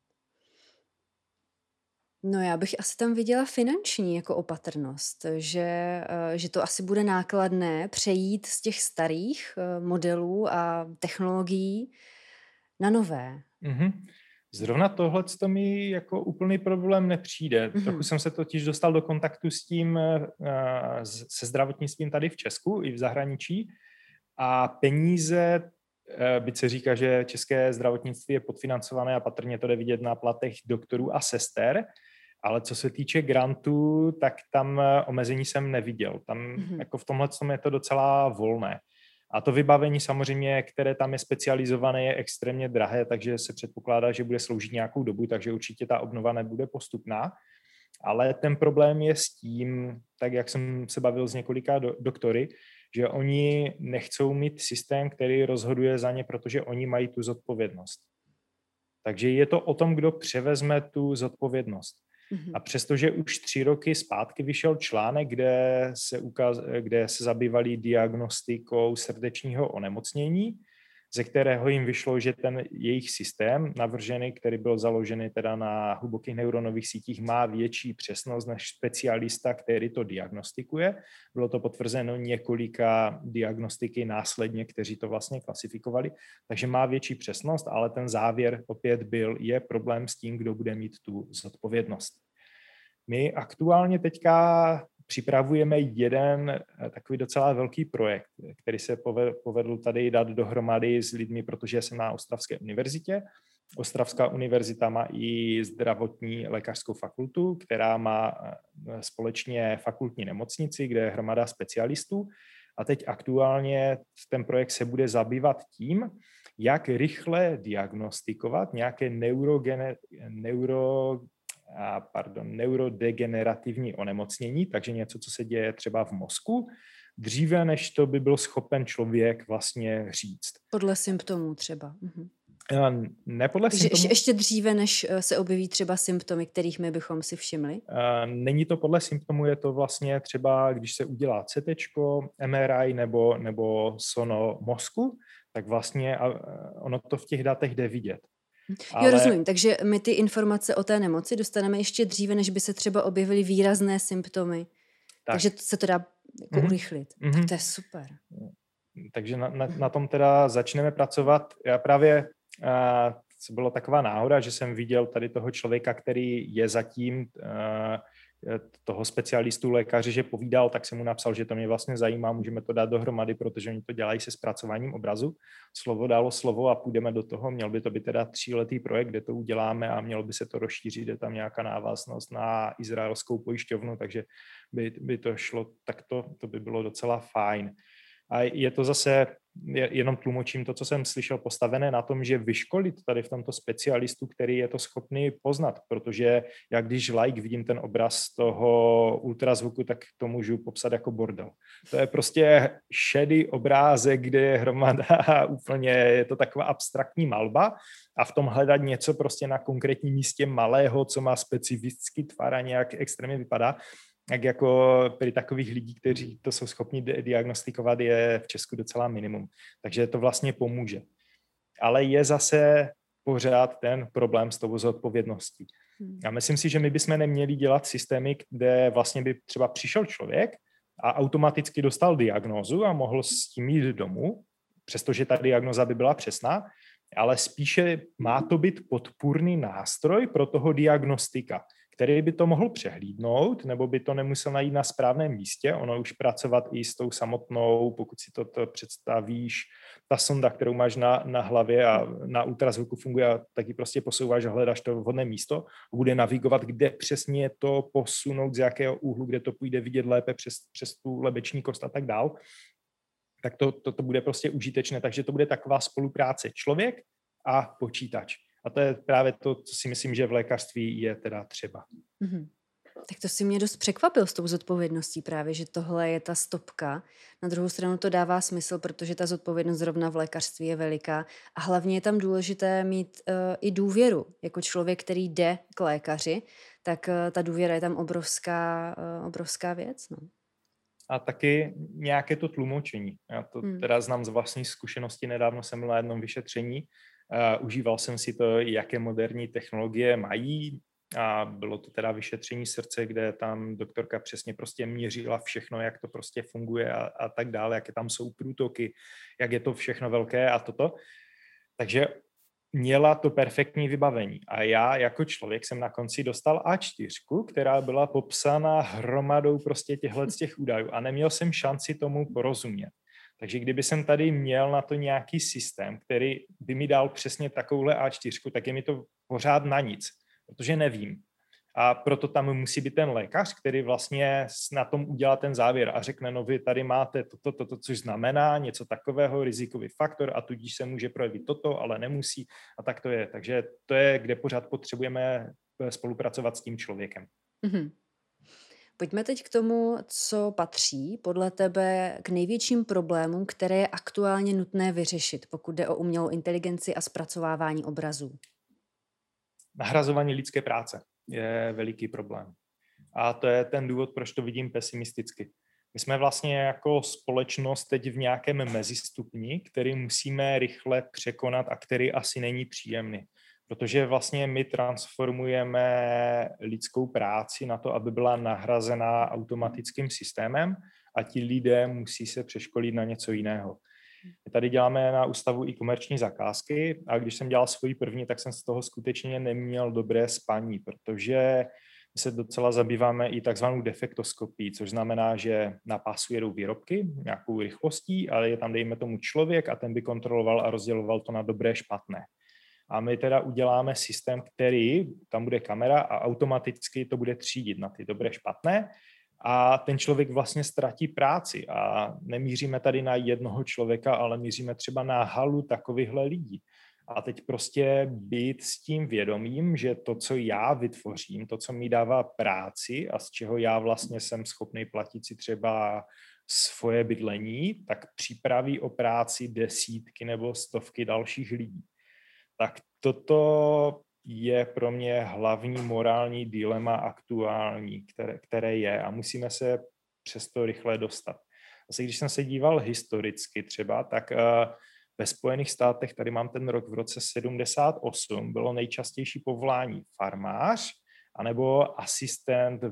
No, já bych asi tam viděla finanční jako opatrnost, že to asi bude nákladné přejít z těch starých modelů a technologií na nové. Mm-hmm. Zrovna tohle to mi jako úplný problém nepřijde. Mm-hmm. Trochu jsem se totiž dostal do kontaktu s tím, se zdravotnictvím tady v Česku i v zahraničí, a peníze, byť se říká, že české zdravotnictví je podfinancované a patrně to jde vidět na platech doktorů a sester, ale co se týče grantů, tak tam omezení jsem neviděl. Tam jako v tomhle je to docela volné. A to vybavení samozřejmě, které tam je specializované, je extrémně drahé, takže se předpokládá, že bude sloužit nějakou dobu, takže určitě ta obnova nebude postupná. Ale ten problém je s tím, tak jak jsem se bavil s několika doktory, že oni nechcou mít systém, který rozhoduje za ně, protože oni mají tu zodpovědnost. Takže je to o tom, kdo převezme tu zodpovědnost. A přestože už 3 roky zpátky vyšel článek, kde se zabývali diagnostikou srdečního onemocnění, ze kterého jim vyšlo, že ten jejich systém navržený, který byl založený teda na hlubokých neuronových sítích, má větší přesnost než specialista, který to diagnostikuje. Bylo to potvrzeno několika diagnostiky následně, kteří to vlastně klasifikovali, takže má větší přesnost, ale ten závěr opět je problém s tím, kdo bude mít tu zodpovědnost. My aktuálně teďka připravujeme jeden takový docela velký projekt, který se povedl tady dát dohromady s lidmi, protože jsem na Ostravské univerzitě. Ostravská univerzita má i zdravotní lékařskou fakultu, která má společně fakultní nemocnici, kde je hromada specialistů. A teď aktuálně ten projekt se bude zabývat tím, jak rychle diagnostikovat nějaké neurodegenerativní onemocnění, takže něco, co se děje třeba v mozku, dříve, než to by byl schopen člověk vlastně říct. Podle symptomů třeba. Ne podle symptomů. Ještě dříve, než se objeví třeba symptomy, kterých my bychom si všimli? Není to podle symptomů, je to vlastně třeba, když se udělá CTčko, MRI nebo sono mozku, tak vlastně ono to v těch datech jde vidět. Jo, rozumím. Takže my ty informace o té nemoci dostaneme ještě dříve, než by se třeba objevily výrazné symptomy. Takže se to dá jako urychlit. Tak to je super. Takže na tom teda začneme pracovat. Já právě co byla taková náhoda, že jsem viděl tady toho člověka, který je zatím toho specialistu lékaře, že povídal, tak jsem mu napsal, že to mě vlastně zajímá, můžeme to dát dohromady, protože oni to dělají se zpracováním obrazu. Slovo dalo slovo a půjdeme do toho. Měl by to být teda 3letý projekt, kde to uděláme a mělo by se to rozšířit, je tam nějaká návaznost na izraelskou pojišťovnu, takže by to šlo, tak to by bylo docela fajn. A je to zase, jenom tlumočím to, co jsem slyšel, postavené na tom, že vyškolit tady v tomto specialistu, který je to schopný poznat, protože já když vidím ten obraz toho ultrazvuku, tak to můžu popsat jako bordel. To je prostě šedý obrázek, kde je hromada úplně, je to taková abstraktní malba a v tom hledat něco prostě na konkrétním místě malého, co má specifický tvar a nějak extrémně vypadá, tak jako při takových lidí, kteří to jsou schopni diagnostikovat, je v Česku docela minimum. Takže to vlastně pomůže. Ale je zase pořád ten problém s tou zodpovědností. Já myslím si, že my bychom neměli dělat systémy, kde vlastně by třeba přišel člověk a automaticky dostal diagnózu a mohl s tím jít domů, přestože ta diagnóza by byla přesná, ale spíše má to být podpůrný nástroj pro toho diagnostika, který by to mohl přehlídnout, nebo by to nemusel najít na správném místě. Ono už pracovat i s tou samotnou, pokud si to představíš, ta sonda, kterou máš na hlavě a na ultrazvuku funguje, a taky prostě posouváš a hledáš to vhodné místo, bude navigovat, kde přesně to posunout, z jakého úhlu, kde to půjde vidět lépe přes tu lebeční kost a tak dál. Tak to bude prostě užitečné. Takže to bude taková spolupráce člověk a počítač. A to je právě to, co si myslím, že v lékařství je teda třeba. Mm-hmm. Tak to si mě dost překvapil s tou zodpovědností právě, že tohle je ta stopka. Na druhou stranu to dává smysl, protože ta zodpovědnost zrovna v lékařství je veliká a hlavně je tam důležité mít i důvěru. Jako člověk, který jde k lékaři, tak ta důvěra je tam obrovská věc. No. A taky nějaké to tlumočení. Já to teda znám z vlastní zkušenosti, nedávno jsem byl na jednom vyšetření, užíval jsem si to, jaké moderní technologie mají a bylo to teda vyšetření srdce, kde tam doktorka přesně prostě měřila všechno, jak to prostě funguje a tak dále, jaké tam jsou průtoky, jak je to všechno velké a toto. Takže měla to perfektní vybavení. A já jako člověk jsem na konci dostal A4, která byla popsána hromadou prostě těch údajů a neměl jsem šanci tomu porozumět. Takže kdyby jsem tady měl na to nějaký systém, který by mi dal přesně takovouhle A4, tak je mi to pořád na nic, protože nevím. A proto tam musí být ten lékař, který vlastně na tom udělá ten závěr a řekne, no vy tady máte toto, což znamená něco takového, rizikový faktor a tudíž se může projevit toto, ale nemusí a tak to je. Takže to je, kde pořád potřebujeme spolupracovat s tím člověkem. Mm-hmm. Pojďme teď k tomu, co patří podle tebe k největším problémům, které je aktuálně nutné vyřešit, pokud jde o umělou inteligenci a zpracovávání obrazů. Nahrazování lidské práce je veliký problém. A to je ten důvod, proč to vidím pesimisticky. My jsme vlastně jako společnost teď v nějakém mezistupni, který musíme rychle překonat a který asi není příjemný. Protože vlastně my transformujeme lidskou práci na to, aby byla nahrazena automatickým systémem a ti lidé musí se přeškolit na něco jiného. My tady děláme na ústavu i komerční zakázky a když jsem dělal svoji první, tak jsem z toho skutečně neměl dobré spaní, protože my se docela zabýváme i takzvanou defektoskopií, což znamená, že na pásu jedou výrobky nějakou rychlostí, ale je tam, dejme tomu, člověk a ten by kontroloval a rozděloval to na dobré, špatné. A my teda uděláme systém, který, tam bude kamera a automaticky to bude třídit na ty dobré, špatné a ten člověk vlastně ztratí práci a nemíříme tady na jednoho člověka, ale míříme třeba na halu takovýchhle lidí. A teď prostě být s tím vědomím, že to, co já vytvořím, to, co mi dává práci a z čeho já vlastně jsem schopný platit si třeba svoje bydlení, tak připraví o práci desítky nebo stovky dalších lidí. Tak toto je pro mě hlavní morální dilema aktuální, které je a musíme se přes to rychle dostat. Zase když jsem se díval historicky třeba, tak ve Spojených státech, tady mám ten rok v roce 78, bylo nejčastější povolání farmář anebo asistent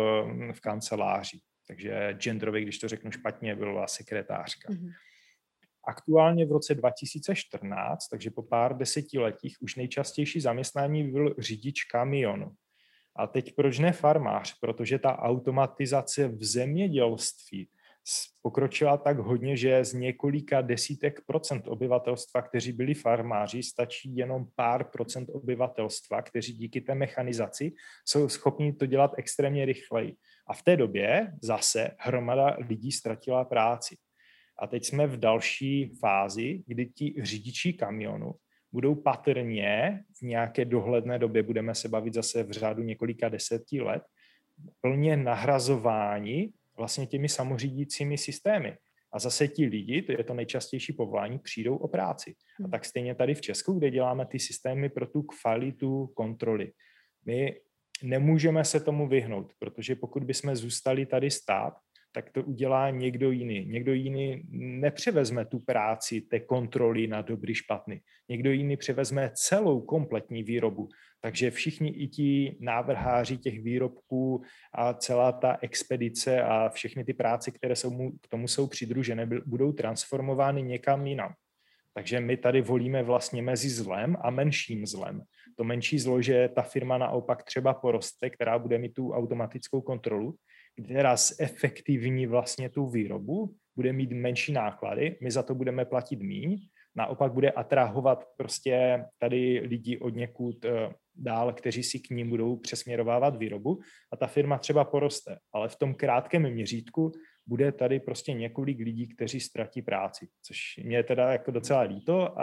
v kanceláři. Takže genderově, když to řeknu špatně, byla sekretářka. Mm-hmm. Aktuálně v roce 2014, takže po pár desetiletích, už nejčastější zaměstnání byl řidič kamionu. A teď proč ne farmář? Protože ta automatizace v zemědělství pokročila tak hodně, že z několika desítek procent obyvatelstva, kteří byli farmáři, stačí jenom pár procent obyvatelstva, kteří díky té mechanizaci jsou schopni to dělat extrémně rychleji. A v té době zase hromada lidí ztratila práci. A teď jsme v další fázi, kdy ti řidiči kamionu budou patrně v nějaké dohledné době, budeme se bavit zase v řádu několika deseti let, plně nahrazováni vlastně těmi samořídícími systémy. A zase ti lidi, to je to nejčastější povolání, přijdou o práci. A tak stejně tady v Česku, kde děláme ty systémy pro tu kvalitu kontroly. My nemůžeme se tomu vyhnout, protože pokud bychom zůstali tady stát, tak to udělá někdo jiný. Někdo jiný nepřevezme tu práci té kontroly na dobrý špatný. Někdo jiný převezme celou kompletní výrobu. Takže všichni i ti návrháři těch výrobků a celá ta expedice a všechny ty práce, které k tomu jsou přidružené, budou transformovány někam jinam. Takže my tady volíme vlastně mezi zlem a menším zlem. To menší zlo, že ta firma naopak třeba poroste, která bude mít tu automatickou kontrolu, která zefektivní vlastně tu výrobu, bude mít menší náklady, my za to budeme platit míň, naopak bude atrahovat prostě tady lidi od někud dál, kteří si k ním budou přesměrovávat výrobu a ta firma třeba poroste. Ale v tom krátkém měřítku bude tady prostě několik lidí, kteří ztratí práci, což mě je teda jako docela líto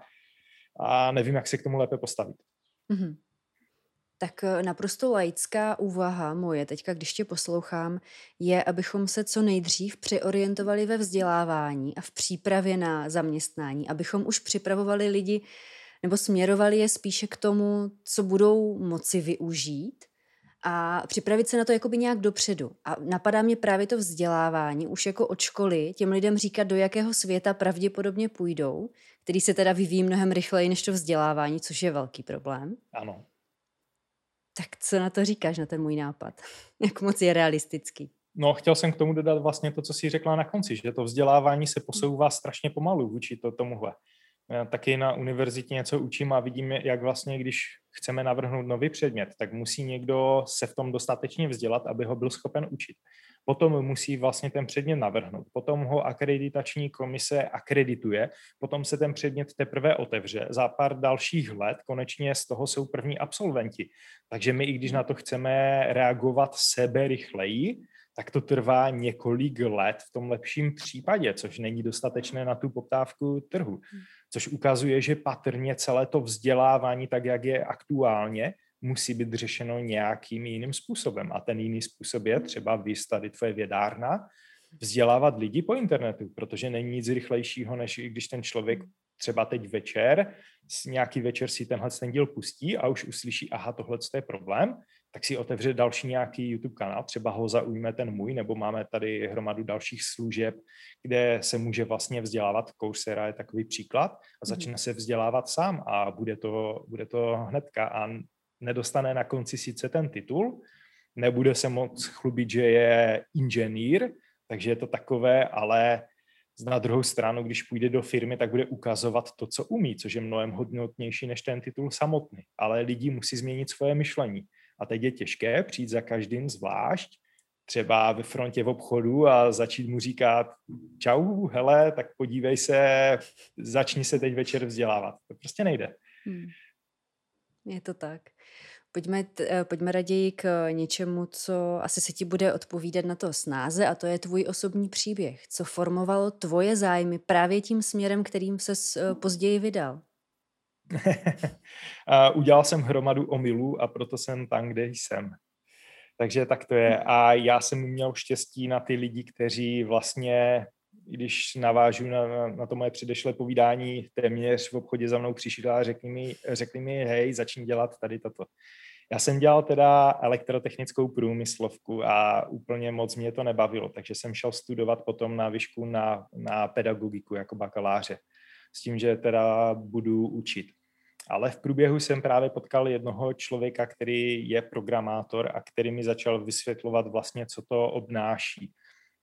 a nevím, jak se k tomu lépe postavit. Mm-hmm. Tak naprosto laická úvaha moje, teďka když tě poslouchám, je, abychom se co nejdřív přeorientovali ve vzdělávání a v přípravě na zaměstnání, abychom už připravovali lidi nebo směrovali je spíše k tomu, co budou moci využít a připravit se na to jakoby nějak dopředu. A napadá mě právě to vzdělávání, už jako od školy, těm lidem říkat, do jakého světa pravděpodobně půjdou, který se teda vyvíjí mnohem rychleji než to vzdělávání, což je velký problém. Ano. Tak co na to říkáš, na ten můj nápad? Jak moc je realistický? No, chtěl jsem k tomu dodat vlastně to, co jsi řekla na konci, že to vzdělávání se posouvá strašně pomalu vůči tomuhle. Já taky na univerzitě něco učím a vidíme, jak vlastně, když chceme navrhnout nový předmět, tak musí někdo se v tom dostatečně vzdělat, aby ho byl schopen učit. Potom musí vlastně ten předmět navrhnout, potom ho akreditační komise akredituje, potom se ten předmět teprve otevře. Za pár dalších let konečně z toho jsou první absolventi. Takže my, i když na to chceme reagovat sebe rychleji, tak to trvá několik let v tom lepším případě, což není dostatečné na tu poptávku trhu. Což ukazuje, že patrně celé to vzdělávání, tak jak je aktuálně, musí být řešeno nějakým jiným způsobem. A ten jiný způsob je třeba tady tvoje vědárna, vzdělávat lidi po internetu, protože není nic rychlejšího, než když ten člověk třeba teď večer, nějaký večer si ten díl pustí a už uslyší, aha, tohle je problém, tak si otevře další nějaký YouTube kanál, třeba ho zaujme ten můj, nebo máme tady hromadu dalších služeb, kde se může vlastně vzdělávat. Coursera je takový příklad a začne se vzdělávat sám a bude to hnedka a nedostane na konci sice ten titul, nebude se moc chlubit, že je inženýr, takže je to takové, ale na druhou stranu, když půjde do firmy, tak bude ukazovat to, co umí, což je mnohem hodnotnější než ten titul samotný. Ale lidi musí změnit svoje myšlení. A teď je těžké přijít za každým zvlášť, třeba ve frontě v obchodu a začít mu říkat čau, hele, tak podívej se, začni se teď večer vzdělávat. To prostě nejde. Je to tak. Pojďme raději k něčemu, co asi se ti bude odpovídat na to snáze, a to je tvůj osobní příběh. Co formovalo tvoje zájmy právě tím směrem, kterým ses později vydal? Udělal jsem hromadu omylů a proto jsem tam, kde jsem. Takže tak to je. A já jsem měl štěstí na ty lidi, kteří vlastně, když navážu na to moje předešlé povídání, téměř v obchodě za mnou přišli a řekli mi, hej, začni dělat tady toto. Já jsem dělal teda elektrotechnickou průmyslovku a úplně moc mě to nebavilo, takže jsem šel studovat potom na výšku na pedagogiku jako bakaláře. S tím, že teda budu učit. Ale v průběhu jsem právě potkal jednoho člověka, který je programátor a který mi začal vysvětlovat vlastně, co to obnáší.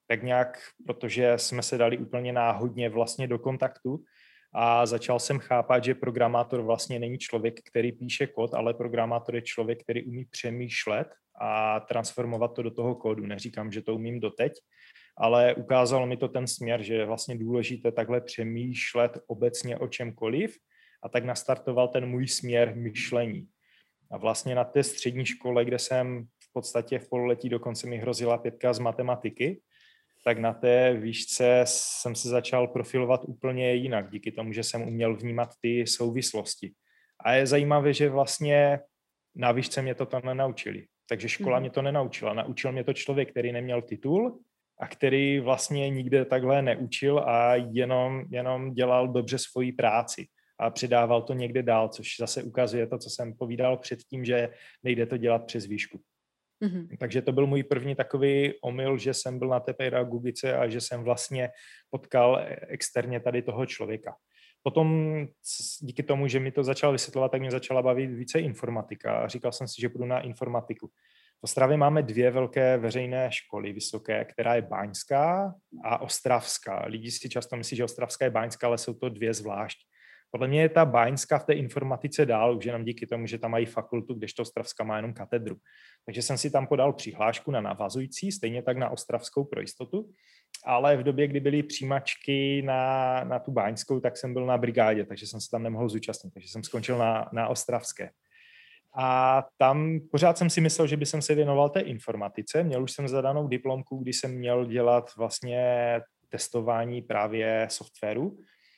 tak nějak, protože jsme se dali úplně náhodně vlastně do kontaktu a začal jsem chápat, že programátor vlastně není člověk, který píše kód, ale programátor je člověk, který umí přemýšlet a transformovat to do toho kódu. Neříkám, že to umím doteď, ale ukázalo mi to ten směr, že je vlastně důležité takhle přemýšlet obecně o čemkoliv a tak nastartoval ten můj směr myšlení. A vlastně na té střední škole, kde jsem v podstatě v pololetí dokonce mi hrozila 5 z matematiky, tak na té výšce jsem se začal profilovat úplně jinak, díky tomu, že jsem uměl vnímat ty souvislosti. A je zajímavé, že vlastně na výšce mě to nenaučili. Takže škola mě to nenaučila. Naučil mě to člověk, který neměl titul a který vlastně nikde takhle neučil a jenom dělal dobře svoji práci a předával to někde dál, což zase ukazuje to, co jsem povídal předtím, že nejde to dělat přes výšku. Takže to byl můj první takový omyl, že jsem byl na té pedagogice a že jsem vlastně potkal externě tady toho člověka. Potom díky tomu, že mi to začal vysvětlovat, tak mě začala bavit více informatika a říkal jsem si, že půjdu na informatiku. V Ostravě máme 2 velké veřejné školy vysoké, která je Báňská a Ostravská. Lidi si často myslí, že Ostravská je Báňská, ale jsou to 2 zvlášť. Podle mě je ta Báňská v té informatice dál, už jenom díky tomu, že tam mají fakultu, kdežto Ostravská má jenom katedru. Takže jsem si tam podal přihlášku na navazující, stejně tak na Ostravskou pro jistotu, ale v době, kdy byly přijímačky na tu Báňskou, tak jsem byl na brigádě, takže jsem se tam nemohl zúčastnit, takže jsem skončil na Ostravské. A tam pořád jsem si myslel, že by jsem se věnoval té informatice. Měl už jsem zadanou diplomku, kdy jsem měl dělat vlastně testování právě softwaru.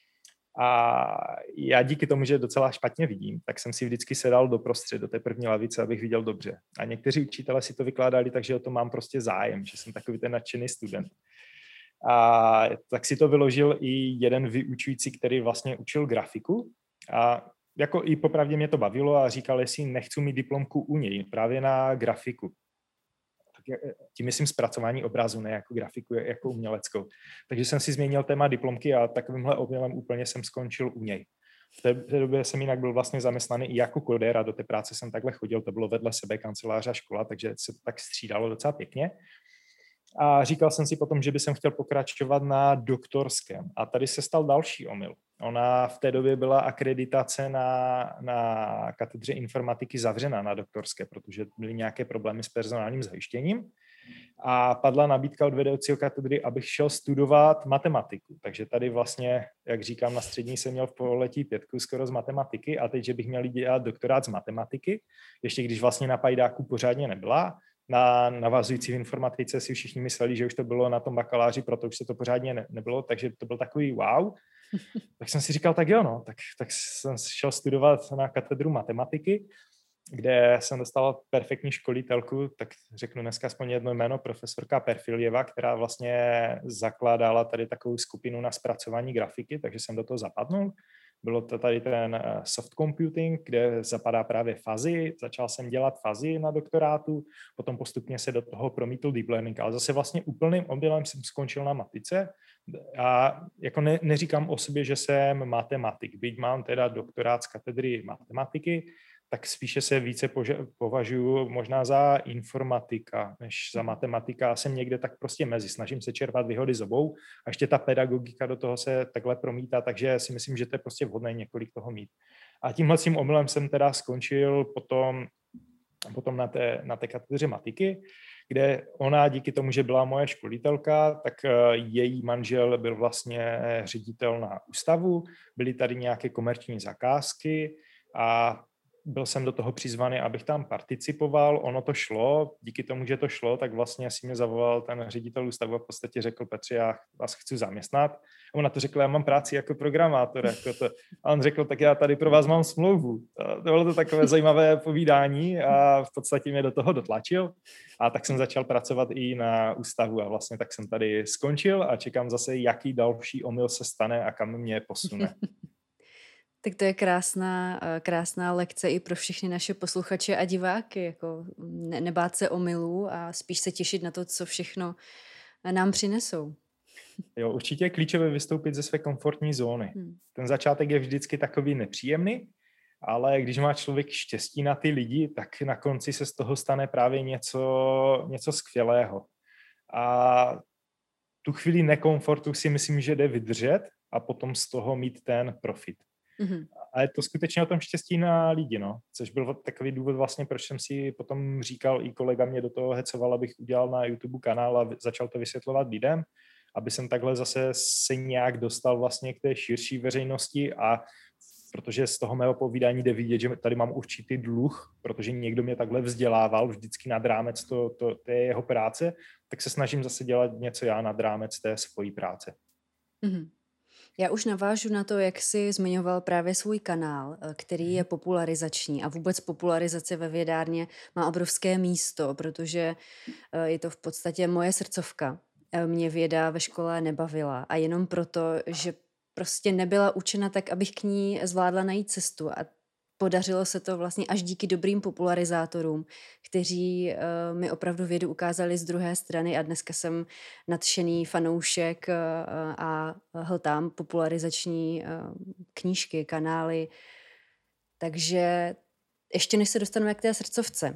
A já díky tomu, že docela špatně vidím, tak jsem si vždycky sedal doprostřed, do té první lavice, abych viděl dobře. A někteří učitelé si to vykládali tak, že o to mám prostě zájem, že jsem takový ten nadšený student. A tak si to vyložil i jeden vyučující, který vlastně učil grafiku. A jako i popravdě mě to bavilo a říkal, jestli nechci mít diplomku u něj, právě na grafiku. Tím myslím zpracování obrazu, ne jako grafiku, jako uměleckou. Takže jsem si změnil téma diplomky a takovýmhle omylem úplně jsem skončil u něj. V té době jsem jinak byl vlastně zaměstnaný i jako kodér a do té práce jsem takhle chodil, to bylo vedle sebe kanceláře a škola, takže se to tak střídalo docela pěkně. A říkal jsem si potom, že bych chtěl pokračovat na doktorském. A tady se stal další omyl. Ona v té době byla akreditace na katedře informatiky zavřena na doktorské, protože byly nějaké problémy s personálním zajištěním. A padla nabídka od vedoucího katedry, abych šel studovat matematiku. Takže tady vlastně, jak říkám, na střední jsem měl v pololetí 5 skoro z matematiky a teď, že bych měl dělat doktorát z matematiky, ještě když vlastně na pajdáku pořádně nebyla. Na navazující v informatice si všichni mysleli, že už to bylo na tom bakaláři, proto už se to pořádně nebylo, takže to byl takový wow. Tak jsem si říkal, tak jo, no, tak jsem šel studovat na katedru matematiky, kde jsem dostal perfektní školitelku, tak řeknu dneska aspoň jedno jméno, profesorka Perfiljeva, která vlastně zakládala tady takovou skupinu na zpracování grafiky, takže jsem do toho zapadnul. Bylo to tady ten soft computing, kde zapadá právě fuzzy. Začal jsem dělat fuzzy na doktorátu, potom postupně se do toho promítl deep learning, ale zase vlastně úplným omylem jsem skončil na matice a jako neříkám o sobě, že jsem matematik, byť mám teda doktorát z katedry matematiky, tak spíše se více považuji možná za informatika, než za matematika. Jsem někde tak prostě mezi. Snažím se čerpat výhody z obou a ještě ta pedagogika do toho se takhle promítá, takže si myslím, že to je prostě vhodné několik toho mít. A tímhle tím omylem jsem teda skončil potom na té katedře matiky, kde ona díky tomu, že byla moje školitelka, tak její manžel byl vlastně ředitel na ústavu, byly tady nějaké komerční zakázky a byl jsem do toho přizvaný, abych tam participoval, ono to šlo, díky tomu, že to šlo, tak vlastně si mě zavolal ten ředitel ústavu a v podstatě řekl, Petře, já vás chci zaměstnat. A on na to řekl, já mám práci jako programátor. Jako to. A on řekl, tak já tady pro vás mám smlouvu. To bylo to takové zajímavé povídání a v podstatě mě do toho dotlačil. A tak jsem začal pracovat i na ústavu a vlastně tak jsem tady skončil a čekám zase, jaký další omyl se stane a kam mě posune. Tak to je krásná lekce i pro všechny naše posluchače a diváky, jako nebát se omylů a spíš se těšit na to, co všechno nám přinesou. Jo, určitě je klíčové vystoupit ze své komfortní zóny. Ten začátek je vždycky takový nepříjemný, ale když má člověk štěstí na ty lidi, tak na konci se z toho stane právě něco skvělého. A tu chvíli nekomfortu si myslím, že jde vydržet a potom z toho mít ten profit. Mm-hmm. A je to skutečně o tom štěstí na lidi, no. Což byl takový důvod vlastně, proč jsem si potom říkal, i kolega mě do toho hecoval, abych udělal na YouTube kanál a začal to vysvětlovat lidem, aby jsem takhle zase se nějak dostal vlastně k té širší veřejnosti a protože z toho mého povídání jde vidět, že tady mám určitý dluh, protože někdo mě takhle vzdělával vždycky nad rámec té jeho práce, tak se snažím zase dělat něco já nad rámec té svojí práce. Mm-hmm. Já už navážu na to, jak jsi zmiňoval právě svůj kanál, který je popularizační a vůbec popularizace ve vědárně má obrovské místo, protože je to v podstatě moje srdcovka. Mě věda ve škole nebavila a jenom proto, že prostě nebyla učena tak, abych k ní zvládla najít cestu a podařilo se to vlastně až díky dobrým popularizátorům, kteří mi opravdu vědu ukázali z druhé strany a dneska jsem nadšený fanoušek a hltám popularizační knížky, kanály. Takže ještě než se dostaneme k té srdcovce,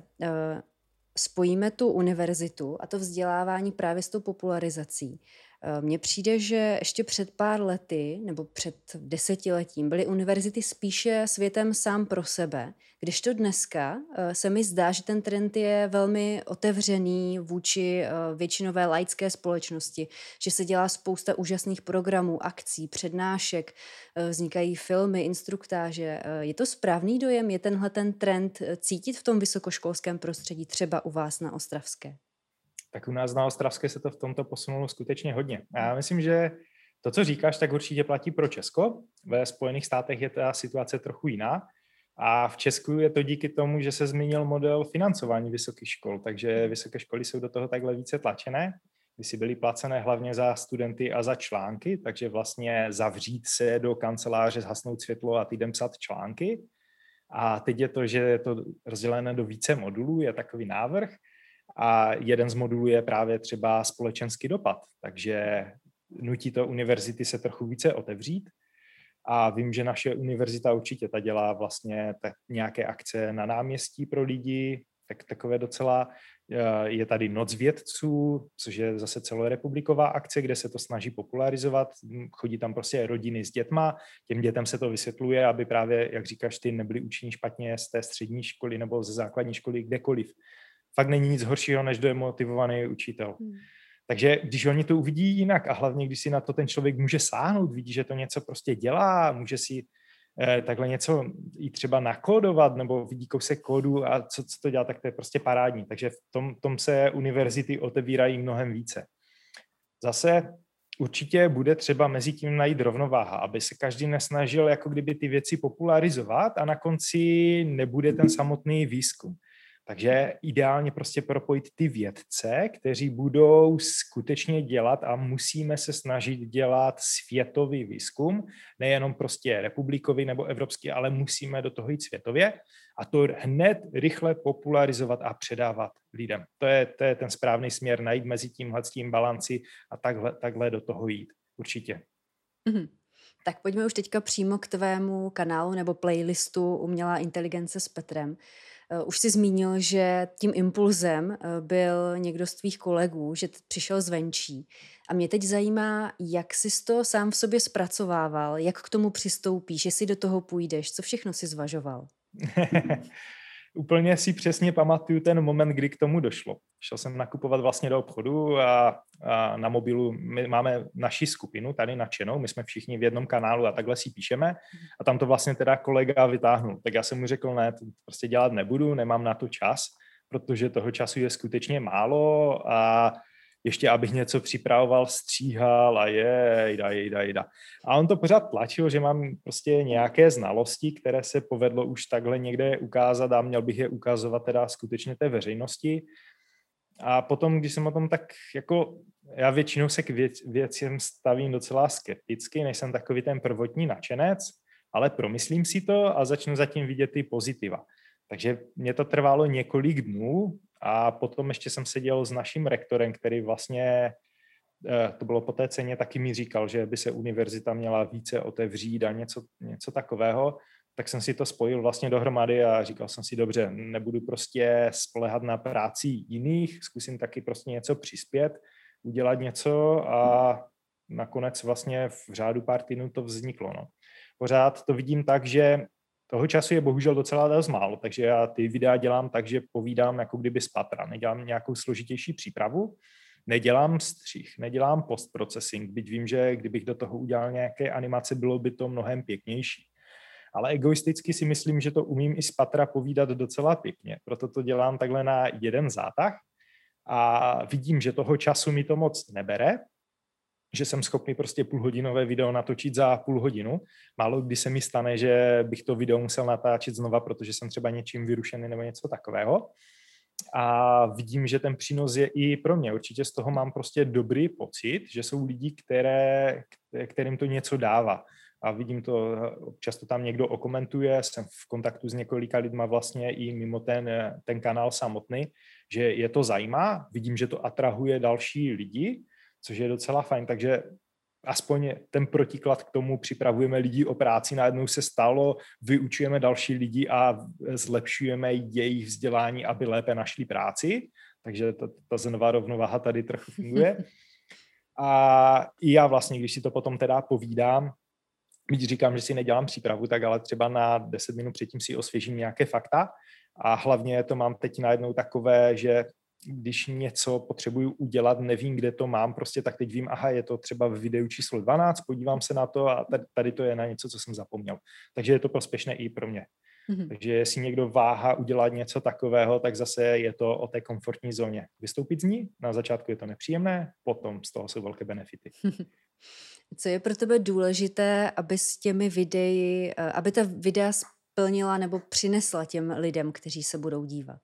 spojíme tu univerzitu a to vzdělávání právě s tou popularizací. Mně přijde, že ještě před pár lety nebo před 10letím byly univerzity spíše světem sám pro sebe, kdežto dneska se mi zdá, že ten trend je velmi otevřený vůči většinové laické společnosti, že se dělá spousta úžasných programů, akcí, přednášek, vznikají filmy, instruktáže. Je to správný dojem? Je tenhle ten trend cítit v tom vysokoškolském prostředí, třeba u vás na Ostravské? Tak u nás na Ostravské se to v tomto posunulo skutečně hodně. A já myslím, že to, co říkáš, tak určitě platí pro Česko. Ve Spojených státech je ta situace trochu jiná. A v Česku je to díky tomu, že se změnil model financování vysokých škol, takže vysoké školy jsou do toho takhle více tlačené. Kdysi byly placené hlavně za studenty a za články, takže vlastně zavřít se do kanceláře, zhasnout světlo a týden psat články. A teď je to, že je to rozdělené do více modulů, je takový návrh. A jeden z modulů je právě třeba společenský dopad, takže nutí to univerzity se trochu více otevřít. A vím, že naše univerzita určitě ta dělá vlastně nějaké akce na náměstí pro lidi, tak takové docela. Je tady Noc vědců, což je zase celorepubliková akce, kde se to snaží popularizovat. Chodí tam prostě rodiny s dětma, těm dětem se to vysvětluje, aby právě, jak říkáš ty, nebyli učení špatně z té střední školy nebo ze základní školy kdekoliv. Fakt není nic horšího, než demotivovaný učitel. Takže když oni to uvidí jinak a hlavně, když si na to ten člověk může sáhnout, vidí, že to něco prostě dělá, může si takhle něco i třeba nakódovat nebo vidí kousek kódu a co to dělá, tak to je prostě parádní. Takže v tom se univerzity otevírají mnohem více. Zase určitě bude třeba mezi tím najít rovnováha, aby se každý nesnažil jako kdyby ty věci popularizovat a na konci nebude ten samotný výzkum. Takže ideálně prostě propojit ty vědce, kteří budou skutečně dělat a musíme se snažit dělat světový výzkum, nejenom prostě republikový nebo evropský, ale musíme do toho jít světově a to hned rychle popularizovat a předávat lidem. To je ten správný směr, najít mezi tím balanci a takhle do toho jít. Určitě. Mm-hmm. Tak pojďme už teďka přímo k tvému kanálu nebo playlistu Umělá inteligence s Petrem. Už jsi zmínil, že tím impulzem byl někdo z tvých kolegů, že přišel zvenčí. A mě teď zajímá, jak jsi to sám v sobě zpracovával, jak k tomu přistoupíš, jestli do toho půjdeš, co všechno jsi zvažoval? Úplně si přesně pamatuju ten moment, kdy k tomu došlo. Šel jsem nakupovat vlastně do obchodu a na mobilu my máme naši skupinu tady nadšenou, my jsme všichni v jednom kanálu a takhle si píšeme a tam to vlastně teda kolega vytáhnul. Tak já jsem mu řekl, ne, to prostě dělat nebudu, nemám na to čas, protože toho času je skutečně málo a ještě abych něco připravoval, stříhal a jejda. A on to pořád tlačil, že mám prostě nějaké znalosti, které se povedlo už takhle někde ukázat a měl bych je ukazovat teda skutečně té veřejnosti. A potom, když jsem o tom tak jako, já většinou se k věcem stavím docela skepticky, nejsem takový ten prvotní nadšenec, ale promyslím si to a začnu zatím vidět ty pozitiva. Takže mě to trvalo několik dnů a potom ještě jsem seděl s naším rektorem, který vlastně, to bylo po té ceně, taky mi říkal, že by se univerzita měla více otevřít a něco takového, tak jsem si to spojil vlastně dohromady a říkal jsem si, dobře, nebudu prostě spoléhat na práci jiných, zkusím taky prostě něco přispět, udělat něco a nakonec vlastně v řádu pár týdnů to vzniklo. No. Pořád to vidím tak, že toho času je bohužel docela dost málo, takže já ty videa dělám tak, že povídám jako kdyby z patra. Nedělám nějakou složitější přípravu, nedělám střih, nedělám postprocessing, byť vím, že kdybych do toho udělal nějaké animace, bylo by to mnohem pěknější. Ale egoisticky si myslím, že to umím i z patra povídat docela pěkně. Proto to dělám takhle na jeden zátah a vidím, že toho času mi to moc nebere, že jsem schopný prostě půlhodinové video natočit za půl hodinu. Málo kdy se mi stane, že bych to video musel natáčet znova, protože jsem třeba něčím vyrušený nebo něco takového. A vidím, že ten přínos je i pro mě. Určitě z toho mám prostě dobrý pocit, že jsou lidi, kterým to něco dává. A vidím to, občas to tam někdo okomentuje, jsem v kontaktu s několika lidma vlastně i mimo ten kanál samotný, že je to zajímá, vidím, že to atrahuje další lidi, což je docela fajn, takže aspoň ten protiklad k tomu připravujeme lidi o práci, najednou se stalo, vyučujeme další lidi a zlepšujeme jejich vzdělání, aby lépe našli práci, takže ta zenová rovnováha tady trochu funguje. A i já vlastně, když si to potom teda povídám, když říkám, že si nedělám přípravu, tak ale třeba na 10 minut předtím si osvěžím nějaké fakta a hlavně to mám teď najednou takové, že když něco potřebuju udělat, nevím, kde to mám, prostě tak teď vím, aha, je to třeba v videu číslo 12, podívám se na to a tady to je na něco, co jsem zapomněl. Takže je to prospěšné i pro mě. Mm-hmm. Takže jestli někdo váhá udělat něco takového, tak zase je to o té komfortní zóně. Vystoupit z ní, na začátku je to nepříjemné, potom z toho jsou velké benefity. Co je pro tebe důležité, aby s těmi videi, aby ta videa splnila nebo přinesla těm lidem, kteří se budou dívat?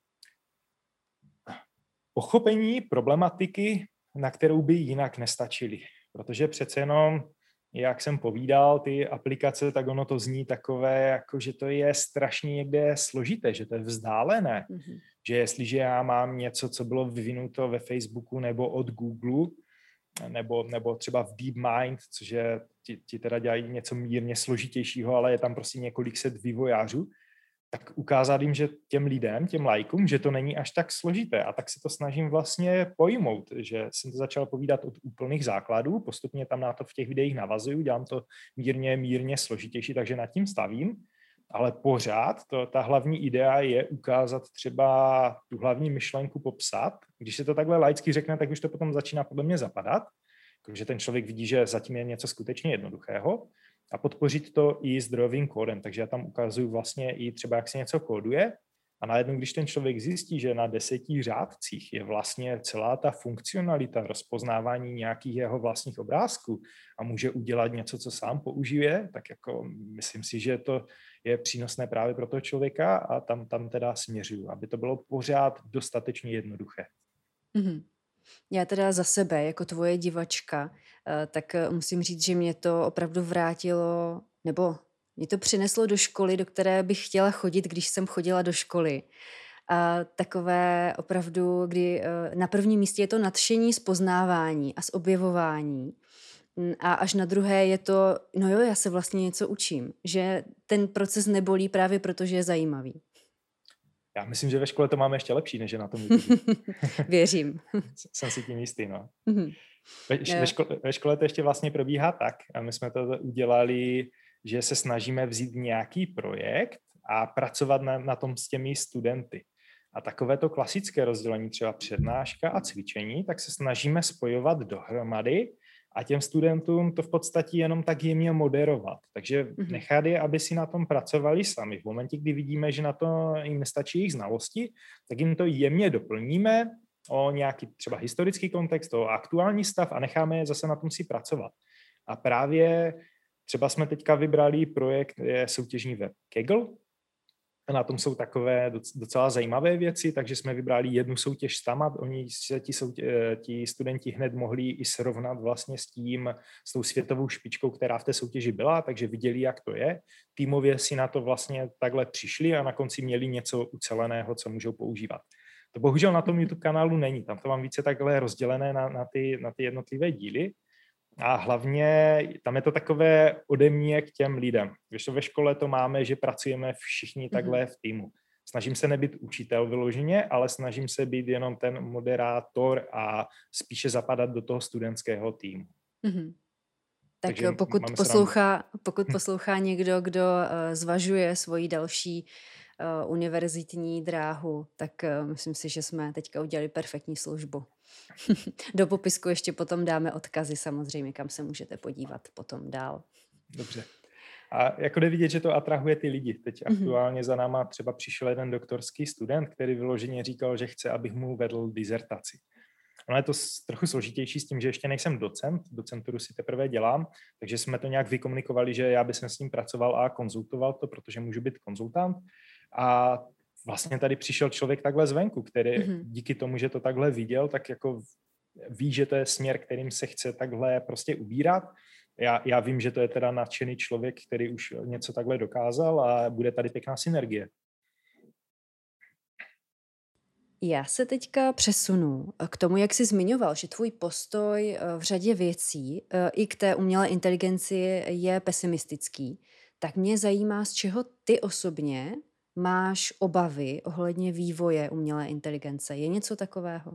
Pochopení problematiky, na kterou by jinak nestačily. Protože přece jenom, jak jsem povídal, ty aplikace, tak ono to zní takové, jako že to je strašně někde složité, že to je vzdálené. Mm-hmm. Že jestliže já mám něco, co bylo vyvinuto ve Facebooku nebo od Google, nebo třeba v DeepMind, což je, ti teda dělají něco mírně složitějšího, ale je tam prostě několik set vývojářů, tak ukázat jim, že těm lidem, těm lajkům, že to není až tak složité. A tak se to snažím vlastně pojmout, že jsem to začal povídat od úplných základů, postupně tam na to v těch videích navazuju, dělám to mírně složitější, takže nad tím stavím, ale pořád ta hlavní idea je ukázat třeba tu hlavní myšlenku popsat. Když se to takhle laicky řekne, tak už to potom začíná podle mě zapadat, protože ten člověk vidí, že zatím je něco skutečně jednoduchého, a podpořit to i zdrojovým kódem. Takže já tam ukazuju vlastně i třeba, jak se něco kóduje a najednou, když ten člověk zjistí, že na 10 řádcích je vlastně celá ta funkcionalita rozpoznávání nějakých jeho vlastních obrázků a může udělat něco, co sám použije, tak jako myslím si, že to je přínosné právě pro toho člověka a tam teda směřuju, aby to bylo pořád dostatečně jednoduché. Mm-hmm. Já teda za sebe, jako tvoje divačka, tak musím říct, že mě to opravdu vrátilo, nebo mě to přineslo do školy, do které bych chtěla chodit, když jsem chodila do školy. A takové opravdu, kdy na prvním místě je to nadšení z poznávání a z objevování. A až na druhé je to, no jo, já se vlastně něco učím. Že ten proces nebolí právě proto, že je zajímavý. Já myslím, že ve škole to máme ještě lepší, než je na tom YouTube. Věřím. Jsem si tím jistý, no. Ve škole to ještě vlastně probíhá tak, a my jsme to udělali, že se snažíme vzít nějaký projekt a pracovat na tom s těmi studenty. A takové to klasické rozdělení, třeba přednáška a cvičení, tak se snažíme spojovat dohromady a těm studentům to v podstatě jenom tak jemně moderovat. Takže nechat je, aby si na tom pracovali sami. V momentě, kdy vidíme, že na to jim nestačí jejich znalosti, tak jim to jemně doplníme o nějaký třeba historický kontext, o aktuální stav a necháme je zase na tom si pracovat. A právě třeba jsme teďka vybrali projekt, je soutěžní web Kaggle, a na tom jsou takové docela zajímavé věci, takže jsme vybrali jednu soutěž tam, a oni se ti studenti hned mohli i srovnat vlastně s tou světovou špičkou, která v té soutěži byla, takže viděli, jak to je. Týmově si na to vlastně takhle přišli a na konci měli něco uceleného, co můžou používat. To bohužel na tom YouTube kanálu není, tam to mám více takhle rozdělené na ty jednotlivé díly. A hlavně tam je to takové ode mě k těm lidem. Když to ve škole to máme, že pracujeme všichni takhle v týmu. Snažím se nebýt učitel vyloženě, ale snažím se být jenom ten moderátor a spíše zapadat do toho studentského týmu. Mm-hmm. Tak Takže pokud poslouchá někdo, kdo zvažuje svoji další univerzitní dráhu, tak myslím si, že jsme teďka udělali perfektní službu. Do popisku ještě potom dáme odkazy samozřejmě, kam se můžete podívat potom dál. Dobře. A jako jde vidět, že to atrahuje ty lidi. Teď aktuálně za náma třeba přišel jeden doktorský student, který vyloženě říkal, že chce, abych mu vedl dizertaci. Ono je to trochu složitější s tím, že ještě nejsem docent, docenturu si teprve dělám, takže jsme to nějak vykomunikovali, že já bych s ním pracoval a konzultoval to, protože můžu být konzultant. A vlastně tady přišel člověk takhle zvenku, který díky tomu, že to takhle viděl, tak jako ví, že to je směr, kterým se chce takhle prostě ubírat. Já vím, že to je teda nadšený člověk, který už něco takhle dokázal a bude tady pěkná synergie. Já se teďka přesunu k tomu, jak jsi zmiňoval, že tvůj postoj v řadě věcí i k té umělé inteligenci je pesimistický. Tak mě zajímá, z čeho ty osobně máš obavy ohledně vývoje umělé inteligence. Je něco takového?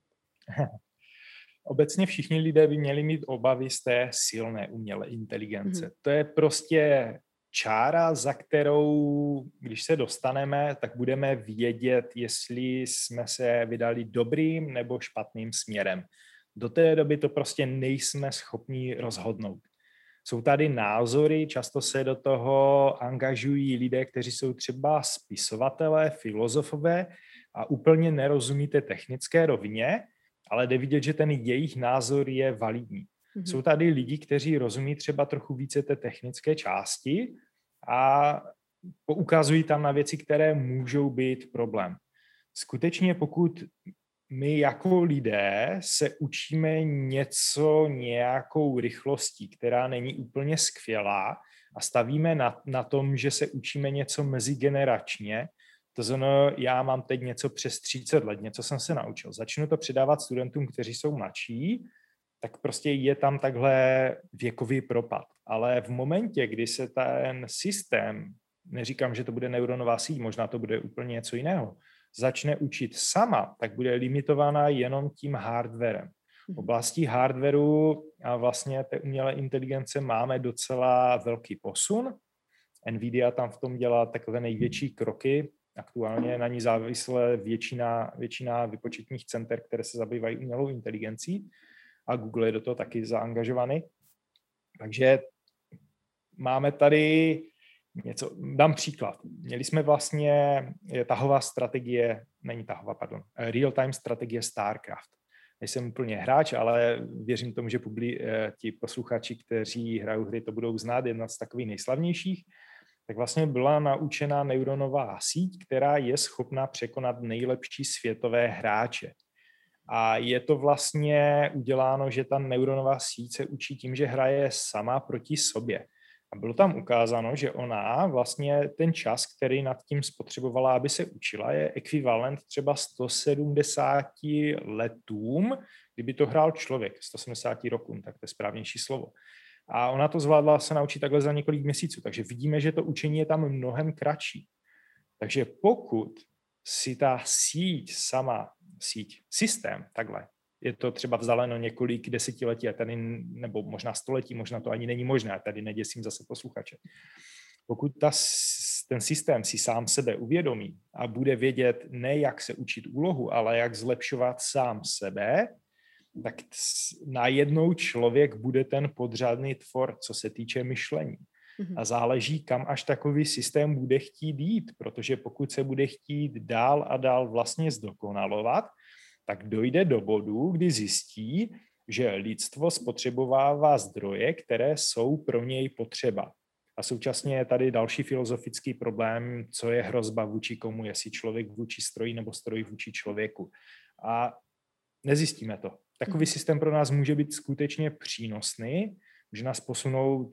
Obecně všichni lidé by měli mít obavy z té silné umělé inteligence. To je prostě čára, za kterou, když se dostaneme, tak budeme vědět, jestli jsme se vydali dobrým nebo špatným směrem. Do té doby to prostě nejsme schopni rozhodnout. Jsou tady názory, často se do toho angažují lidé, kteří jsou třeba spisovatelé, filozofové a úplně nerozumíte technické rovině, ale jde vidět, že ten jejich názor je validní. Jsou tady lidi, kteří rozumí třeba trochu více té technické části a poukazují tam na věci, které můžou být problém. Skutečně pokud my jako lidé se učíme něco nějakou rychlostí, která není úplně skvělá a stavíme na tom, že se učíme něco mezigeneračně, to znamená, já mám teď něco přes 30 let, něco jsem se naučil. Začnu to předávat studentům, kteří jsou mladší, tak prostě je tam takhle věkový propad. Ale v momentě, kdy se ten systém, neříkám, že to bude neuronová síť, možná to bude úplně něco jiného, začne učit sama, tak bude limitovaná jenom tím hardwarem. V oblasti hardwaru a vlastně té umělé inteligence máme docela velký posun. Nvidia tam v tom dělá takové největší kroky. Aktuálně na ní závislé většina vypočetních center, které se zabývají umělou inteligencí, a Google je do toho taky zaangažovaný. Takže máme tady něco, dám příklad. Měli jsme vlastně real-time strategie StarCraft. Nejsem úplně hráč, ale věřím tomu, že ti posluchači, kteří hrajou hry, to budou znát, jedna z takových nejslavnějších. Tak vlastně byla naučena neuronová síť, která je schopná překonat nejlepší světové hráče. A je to vlastně uděláno, že ta neuronová síť se učí tím, že hraje sama proti sobě. A bylo tam ukázáno, že ona vlastně ten čas, který nad tím spotřebovala, aby se učila, je ekvivalent třeba 170 letům, kdyby to hrál člověk, 170 rokům, tak to je správnější slovo. A ona to zvládla se naučit takhle za několik měsíců, takže vidíme, že to učení je tam mnohem kratší. Takže pokud si ta systém, takhle, je to třeba vzdáleno několik desetiletí, a tady, nebo možná století, možná to ani není možné, a tady neděsím zase posluchače. Pokud ten systém si sám sebe uvědomí a bude vědět ne jak se učit úlohu, ale jak zlepšovat sám sebe, tak najednou člověk bude ten podřadný tvor, co se týče myšlení. A záleží, kam až takový systém bude chtít jít, protože pokud se bude chtít dál a dál vlastně zdokonalovat, tak dojde do bodu, kdy zjistí, že lidstvo spotřebovává zdroje, které jsou pro něj potřeba. A současně je tady další filozofický problém, co je hrozba vůči komu, jestli člověk vůči stroji nebo stroj vůči člověku. A nezjistíme to. Takový systém pro nás může být skutečně přínosný, může nás posunout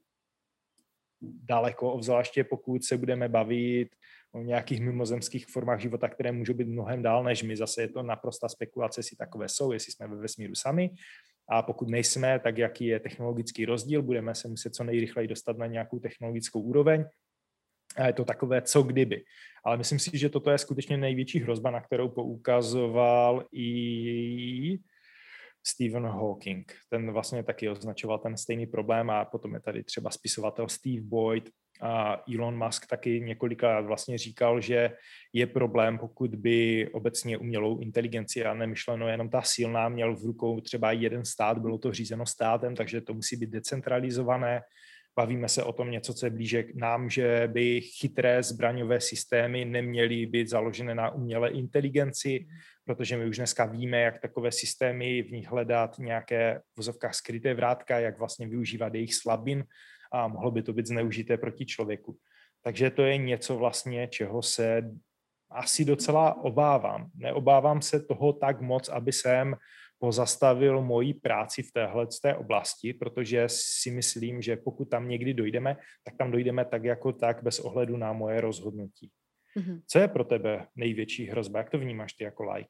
daleko, obzvláště pokud se budeme bavit o nějakých mimozemských formách života, které můžou být mnohem dál než my. Zase je to naprostá spekulace, jestli takové jsou, jestli jsme ve vesmíru sami. A pokud nejsme, tak jaký je technologický rozdíl, budeme se muset co nejrychleji dostat na nějakou technologickou úroveň. A je to takové co kdyby. Ale myslím si, že toto je skutečně největší hrozba, na kterou poukazoval i Stephen Hawking. Ten vlastně taky označoval ten stejný problém a potom je tady třeba spisovatel Steve Boyd a Elon Musk taky několikrát vlastně říkal, že je problém, pokud by obecně umělou inteligenci a nemyšleno jenom ta silná měl v rukou třeba jeden stát, bylo to řízeno státem, takže to musí být decentralizované. Bavíme se o tom něco, co je blíže k nám, že by chytré zbraňové systémy neměly být založené na umělé inteligenci, protože my už dneska víme, jak takové systémy v nich hledat nějaké v vozovkách skryté vrátka, jak vlastně využívat jejich slabin a mohlo by to být zneužité proti člověku. Takže to je něco vlastně, čeho se asi docela obávám. Neobávám se toho tak moc, aby jsem pozastavil moji práci v té oblasti, protože si myslím, že pokud tam někdy dojdeme, tak tam dojdeme tak jako tak, bez ohledu na moje rozhodnutí. Mm-hmm. Co je pro tebe největší hrozba? Jak to vnímáš ty jako laik?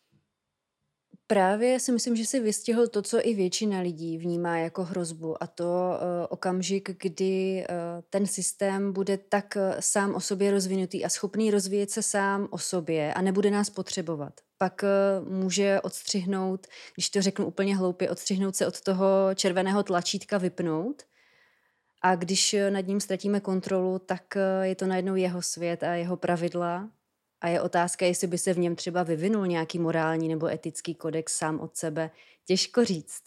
Právě si myslím, že si vystihl to, co i většina lidí vnímá jako hrozbu, a to okamžik, kdy ten systém bude tak sám o sobě rozvinutý a schopný rozvíjet se sám o sobě a nebude nás potřebovat. Pak může odstřihnout, když to řeknu úplně hloupě, odstřihnout se od toho červeného tlačítka, vypnout, a když nad ním ztratíme kontrolu, tak je to najednou jeho svět a jeho pravidla. A je otázka, jestli by se v něm třeba vyvinul nějaký morální nebo etický kodex sám od sebe. Těžko říct.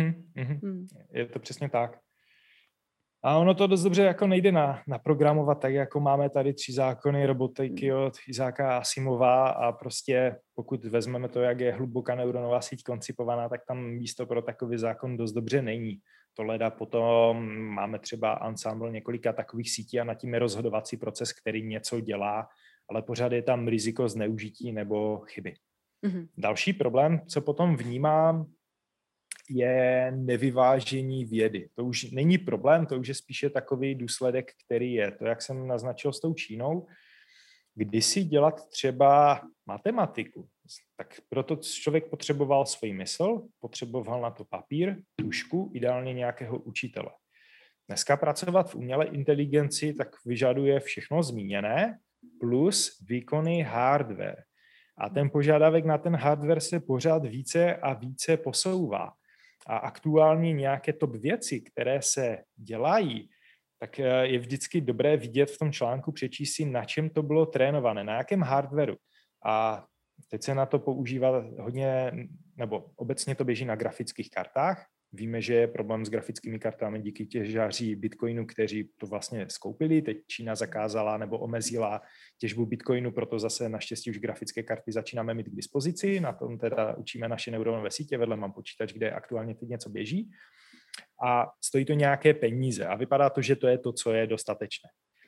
Je to přesně tak. A ono to dost dobře jako nejde naprogramovat, tak jako máme tady 3 zákony robotiky od Izáka Asimova a prostě pokud vezmeme to, jak je hluboká neuronová síť koncipovaná, tak tam místo pro takový zákon dost dobře není. To leda potom máme třeba ensemble několika takových sítí a nad tím je rozhodovací proces, který něco dělá, ale pořád je tam riziko zneužití nebo chyby. Mm-hmm. Další problém, co potom vnímám, je nevyvážení vědy. To už není problém, to už je spíše takový důsledek, který je. To, jak jsem naznačil s tou Čínou, kdysi dělat třeba matematiku, tak proto člověk potřeboval svůj mysl, potřeboval na to papír, tužku, ideálně nějakého učitele. Dneska pracovat v umělé inteligenci tak vyžaduje všechno zmíněné, plus výkonný hardware. A ten požadavek na ten hardware se pořád více a více posouvá. A aktuálně nějaké top věci, které se dělají, tak je vždycky dobré vidět v tom článku, přečíst si, na čem to bylo trénované, na jakém hardwareu. A teď se na to používá hodně, nebo obecně to běží na grafických kartách. Víme, že je problém s grafickými kartami díky těžaří Bitcoinu, kteří to vlastně skoupili. Teď Čína zakázala nebo omezila těžbu Bitcoinu, proto zase naštěstí už grafické karty začínáme mít k dispozici. Na tom teda učíme naše neuronové sítě, vedle mám počítač, kde aktuálně teď něco běží. A stojí to nějaké peníze a vypadá to, že to je to, co je dostatečné.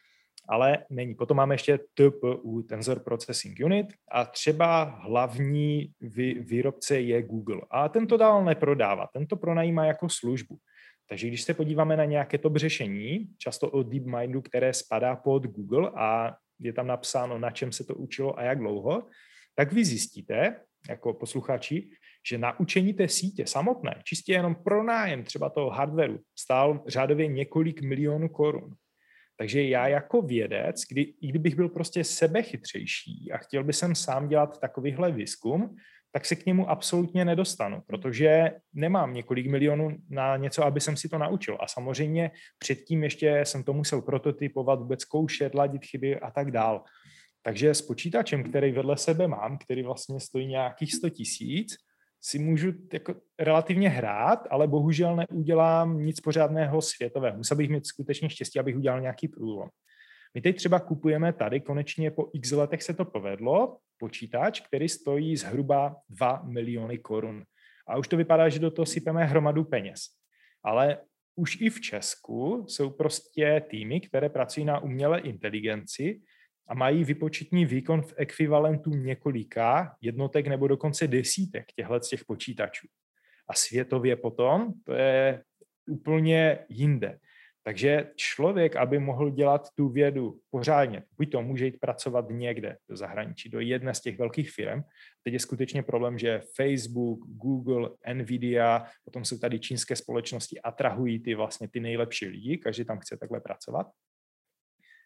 Ale není. Potom máme ještě TPU, Tensor Processing Unit, a třeba hlavní výrobce je Google. A ten to dál neprodává, ten to pronajímá jako službu. Takže když se podíváme na nějaké top řešení, často od DeepMindu, které spadá pod Google a je tam napsáno, na čem se to učilo a jak dlouho, tak vy zjistíte, jako posluchači, že naučení té sítě samotné, čistě jenom pronájem třeba toho hardwareu, stál řádově několik milionů korun. Takže já jako vědec, i kdybych byl prostě sebechytřejší a chtěl bych sám dělat takovýhle výzkum, tak se k němu absolutně nedostanu, protože nemám několik milionů na něco, aby jsem si to naučil. A samozřejmě předtím ještě jsem to musel prototypovat, vůbec zkoušet, ladit chyby a tak dál. Takže s počítačem, který vedle sebe mám, který vlastně stojí nějakých 100 000, si můžu jako relativně hrát, ale bohužel neudělám nic pořádného světového. Musel bych mít skutečně štěstí, abych udělal nějaký průlom. My teď třeba kupujeme tady, konečně po x letech se to povedlo, počítač, který stojí zhruba 2 miliony korun. A už to vypadá, že do toho sypeme hromadu peněz. Ale už i v Česku jsou prostě týmy, které pracují na umělé inteligenci a mají výpočetní výkon v ekvivalentu několika jednotek nebo dokonce desítek těch počítačů. A světově potom to je úplně jinde. Takže člověk, aby mohl dělat tu vědu pořádně, buď to může jít pracovat někde do zahraničí, do jedné z těch velkých firm. Teď je skutečně problém, že Facebook, Google, Nvidia, potom jsou tady čínské společnosti, atrahují ty nejlepší lidi, každý tam chce takhle pracovat.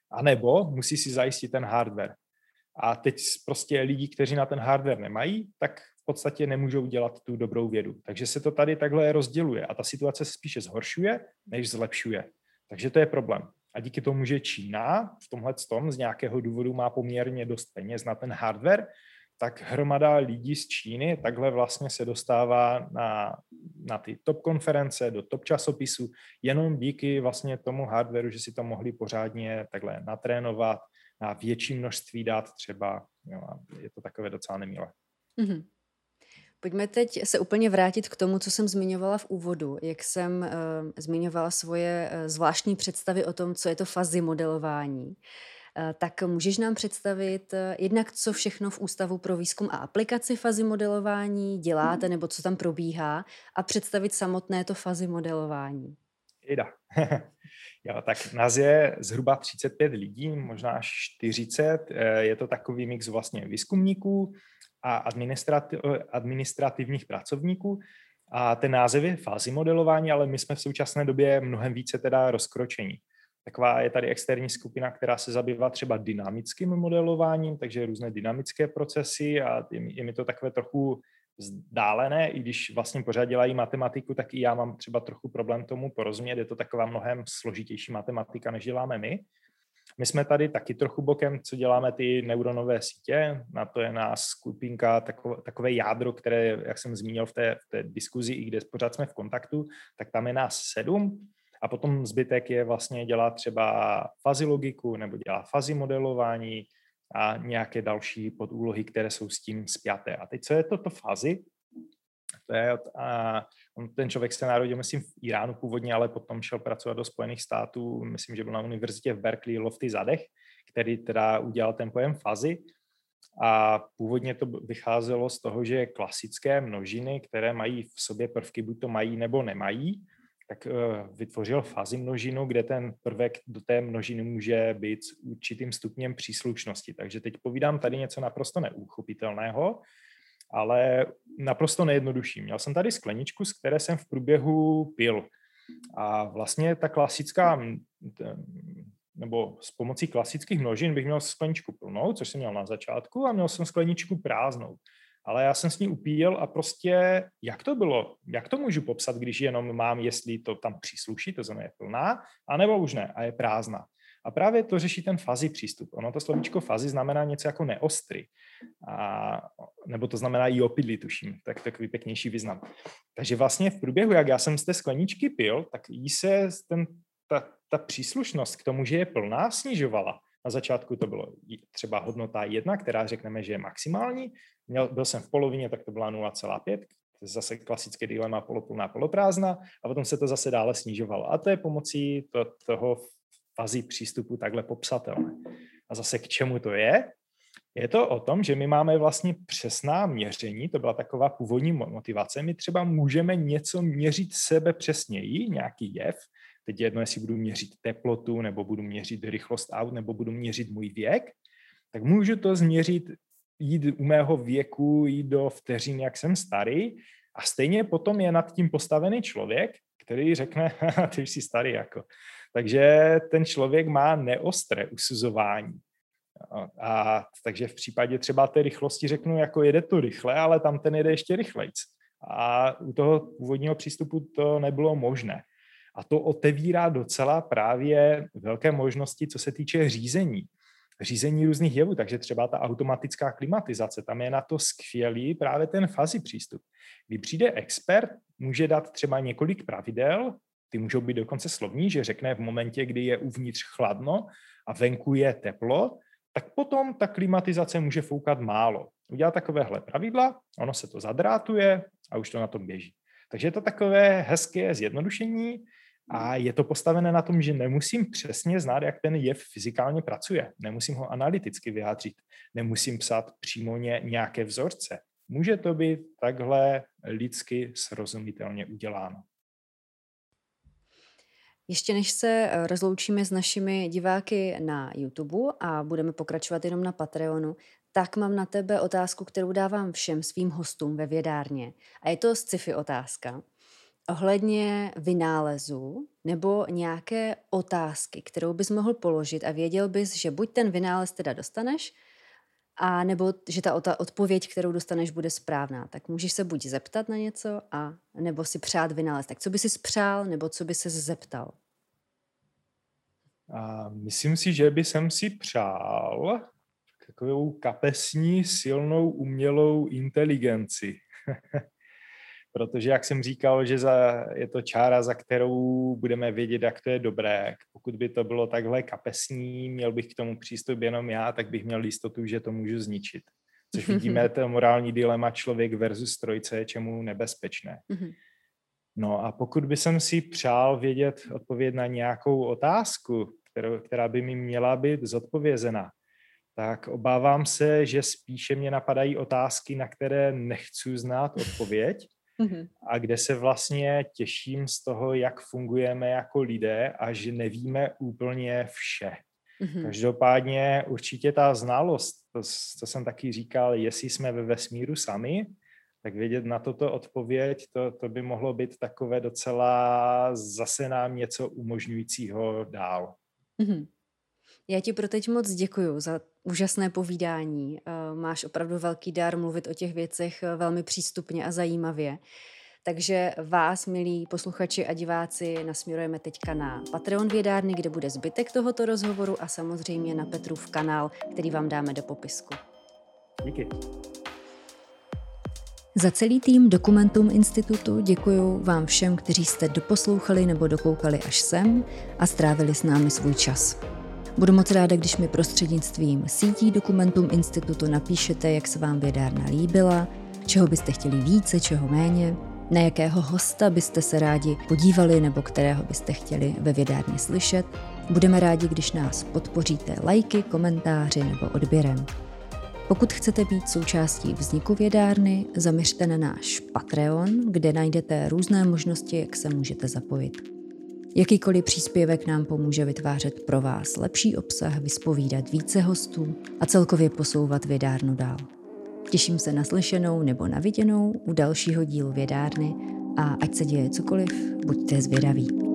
A nebo musí si zajistit ten hardware. A teď prostě lidi, kteří na ten hardware nemají, tak v podstatě nemůžou dělat tu dobrou vědu. Takže se to tady takhle rozděluje a ta situace se spíše zhoršuje, než zlepšuje. Takže to je problém. A díky tomu, že Čína v tomhletom z nějakého důvodu má poměrně dost peněz na ten hardware, tak hromada lidí z Číny takhle vlastně se dostává na ty top konference, do top časopisů, jenom díky vlastně tomu hardwareu, že si to mohli pořádně takhle natrénovat, na větší množství dát třeba. Jo, je to takové docela nemilé. Mm-hmm. Pojďme teď se úplně vrátit k tomu, co jsem zmiňovala v úvodu, jak jsem zmiňovala svoje zvláštní představy o tom, co je to fuzzy modelování. Tak můžeš nám představit jednak, co všechno v Ústavu pro výzkum a aplikaci fuzzy modelování děláte, nebo co tam probíhá, a představit samotné to fuzzy modelování. Jo, tak nás je zhruba 35 lidí, možná až 40. Je to takový mix vlastně výzkumníků a administrativních pracovníků. A ten název je fuzzy modelování, ale my jsme v současné době mnohem více teda rozkročení. Taková je tady externí skupina, která se zabývá třeba dynamickým modelováním, takže různé dynamické procesy a je mi to takové trochu vzdálené, i když vlastně pořád dělají matematiku, tak i já mám třeba trochu problém tomu porozumět, je to taková mnohem složitější matematika, než děláme my. My jsme tady taky trochu bokem, co děláme ty neuronové sítě, na to je nás skupinka, takové jádro, které, jak jsem zmínil v té diskuzi, i kde pořád jsme v kontaktu, tak tam je nás 7. A potom zbytek je vlastně dělá třeba fuzzy logiku nebo dělá fuzzy modelování a nějaké další podúlohy, které jsou s tím spjaté. A teď co je to fuzzy? To je, ten člověk se narodil, myslím, v Iránu původně, ale potom šel pracovat do Spojených států, myslím, že byl na univerzitě v Berkeley, Lofty Zadeh, který teda udělal ten pojem fuzzy. A původně to vycházelo z toho, že klasické množiny, které mají v sobě prvky, buď to mají nebo nemají, tak vytvořil fuzzy množinu, kde ten prvek do té množiny může být s určitým stupněm příslušnosti. Takže teď povídám tady něco naprosto neuchopitelného, ale naprosto nejjednodušší. Měl jsem tady skleničku, z které jsem v průběhu pil. A vlastně ta klasická, nebo s pomocí klasických množin bych měl skleničku plnou, což jsem měl na začátku, a měl jsem skleničku prázdnou. Ale já jsem s ní upíjel a prostě, jak to bylo? Jak to můžu popsat, když jenom mám, jestli to tam přísluší, to znamená je plná, anebo už ne a je prázdná. A právě to řeší ten fuzzy přístup. Ono to slovíčko fuzzy znamená něco jako neostrý. Nebo to znamená i opilý, tuším, tak takový pěknější význam. Takže vlastně v průběhu, jak já jsem z té skleničky pil, tak jí se ta příslušnost k tomu, že je plná, snižovala. Na začátku to bylo třeba hodnota 1, která řekneme, že je maximální. Byl jsem v polovině, tak to byla 0,5. Zase klasické dilema poloplná, poloprázdná. A potom se to zase dále snižovalo. A to je pomocí toho fuzzy přístupu takhle popsatelné. A zase k čemu to je? Je to o tom, že my máme vlastně přesná měření, to byla taková původní motivace. My třeba můžeme něco měřit sebe přesněji, nějaký jev. Teď jedno, jestli budu měřit teplotu, nebo budu měřit rychlost aut, nebo budu měřit můj věk, tak můžu to změřit, jít u mého věku, jít do vteřin, jak jsem starý, a stejně potom je nad tím postavený člověk, který řekne, ty už jsi starý jako. Takže ten člověk má neostré usuzování. Takže v případě třeba té rychlosti řeknu, jako jede to rychle, ale tam ten jede ještě rychlejc. A u toho původního přístupu to nebylo možné. A to otevírá docela právě velké možnosti, co se týče řízení různých jevů. Takže třeba ta automatická klimatizace, tam je na to skvělý právě ten fuzzy přístup. Když přijde expert, může dát třeba několik pravidel, ty můžou být dokonce slovní, že řekne v momentě, kdy je uvnitř chladno a venku je teplo, tak potom ta klimatizace může foukat málo. Udělá takovéhle pravidla, ono se to zadrátuje a už to na tom běží. Takže je to takové hezké zjednodušení a je to postavené na tom, že nemusím přesně znát, jak ten jev fyzikálně pracuje. Nemusím ho analyticky vyjádřit. Nemusím psát přímo nějaké vzorce. Může to být takhle lidsky srozumitelně uděláno. Ještě než se rozloučíme s našimi diváky na YouTube a budeme pokračovat jenom na Patreonu, tak mám na tebe otázku, kterou dávám všem svým hostům ve vědárně. A je to sci-fi otázka. ohledně vynálezu nebo nějaké otázky, kterou bys mohl položit a věděl bys, že buď ten vynález teda dostaneš, a nebo že ta odpověď, kterou dostaneš, bude správná. Tak můžeš se buď zeptat na něco, a nebo si přát vynález. Tak co by si přál, nebo co by se zeptal? A myslím si, že by jsem si přál takovou kapesní, silnou, umělou inteligenci. Protože, jak jsem říkal, že je to čára, za kterou budeme vědět, jak to je dobré. Pokud by to bylo takhle kapesní, měl bych k tomu přístup jenom já, tak bych měl jistotu, že to můžu zničit. Což vidíme, to morální dilema člověk versus strojce je čemu nebezpečné. No a pokud by jsem si přál vědět odpověď na nějakou otázku, která by mi měla být zodpovězena, tak obávám se, že spíše mě napadají otázky, na které nechci znát odpověď a kde se vlastně těším z toho, jak fungujeme jako lidé a že nevíme úplně vše. Každopádně určitě ta znalost, to jsem taky říkal, jestli jsme ve vesmíru sami, tak vědět na toto odpověď, to by mohlo být takové docela zase nám něco umožňujícího dál. Já ti pro teď moc děkuju za úžasné povídání. Máš opravdu velký dar mluvit o těch věcech velmi přístupně a zajímavě. Takže vás, milí posluchači a diváci, nasměrujeme teďka na Patreon Vědárny, kde bude zbytek tohoto rozhovoru a samozřejmě na Petrův kanál, který vám dáme do popisku. Díky. Za celý tým Dokumentum Institutu děkuju vám všem, kteří jste doposlouchali nebo dokoukali až sem a strávili s námi svůj čas. Budu moc ráda, když mi prostřednictvím sítí Dokumentum Institutu napíšete, jak se vám vědárna líbila, čeho byste chtěli více, čeho méně, na jakého hosta byste se rádi podívali nebo kterého byste chtěli ve vědárně slyšet. Budeme rádi, když nás podpoříte lajky, komentáři nebo odběrem. Pokud chcete být součástí vzniku vědárny, zaměřte na náš Patreon, kde najdete různé možnosti, jak se můžete zapojit. Jakýkoliv příspěvek nám pomůže vytvářet pro vás lepší obsah, vyspovídat více hostů a celkově posouvat vědárnu dál. Těším se na slyšenou nebo na viděnou u dalšího dílu vědárny a ať se děje cokoliv, buďte zvědaví.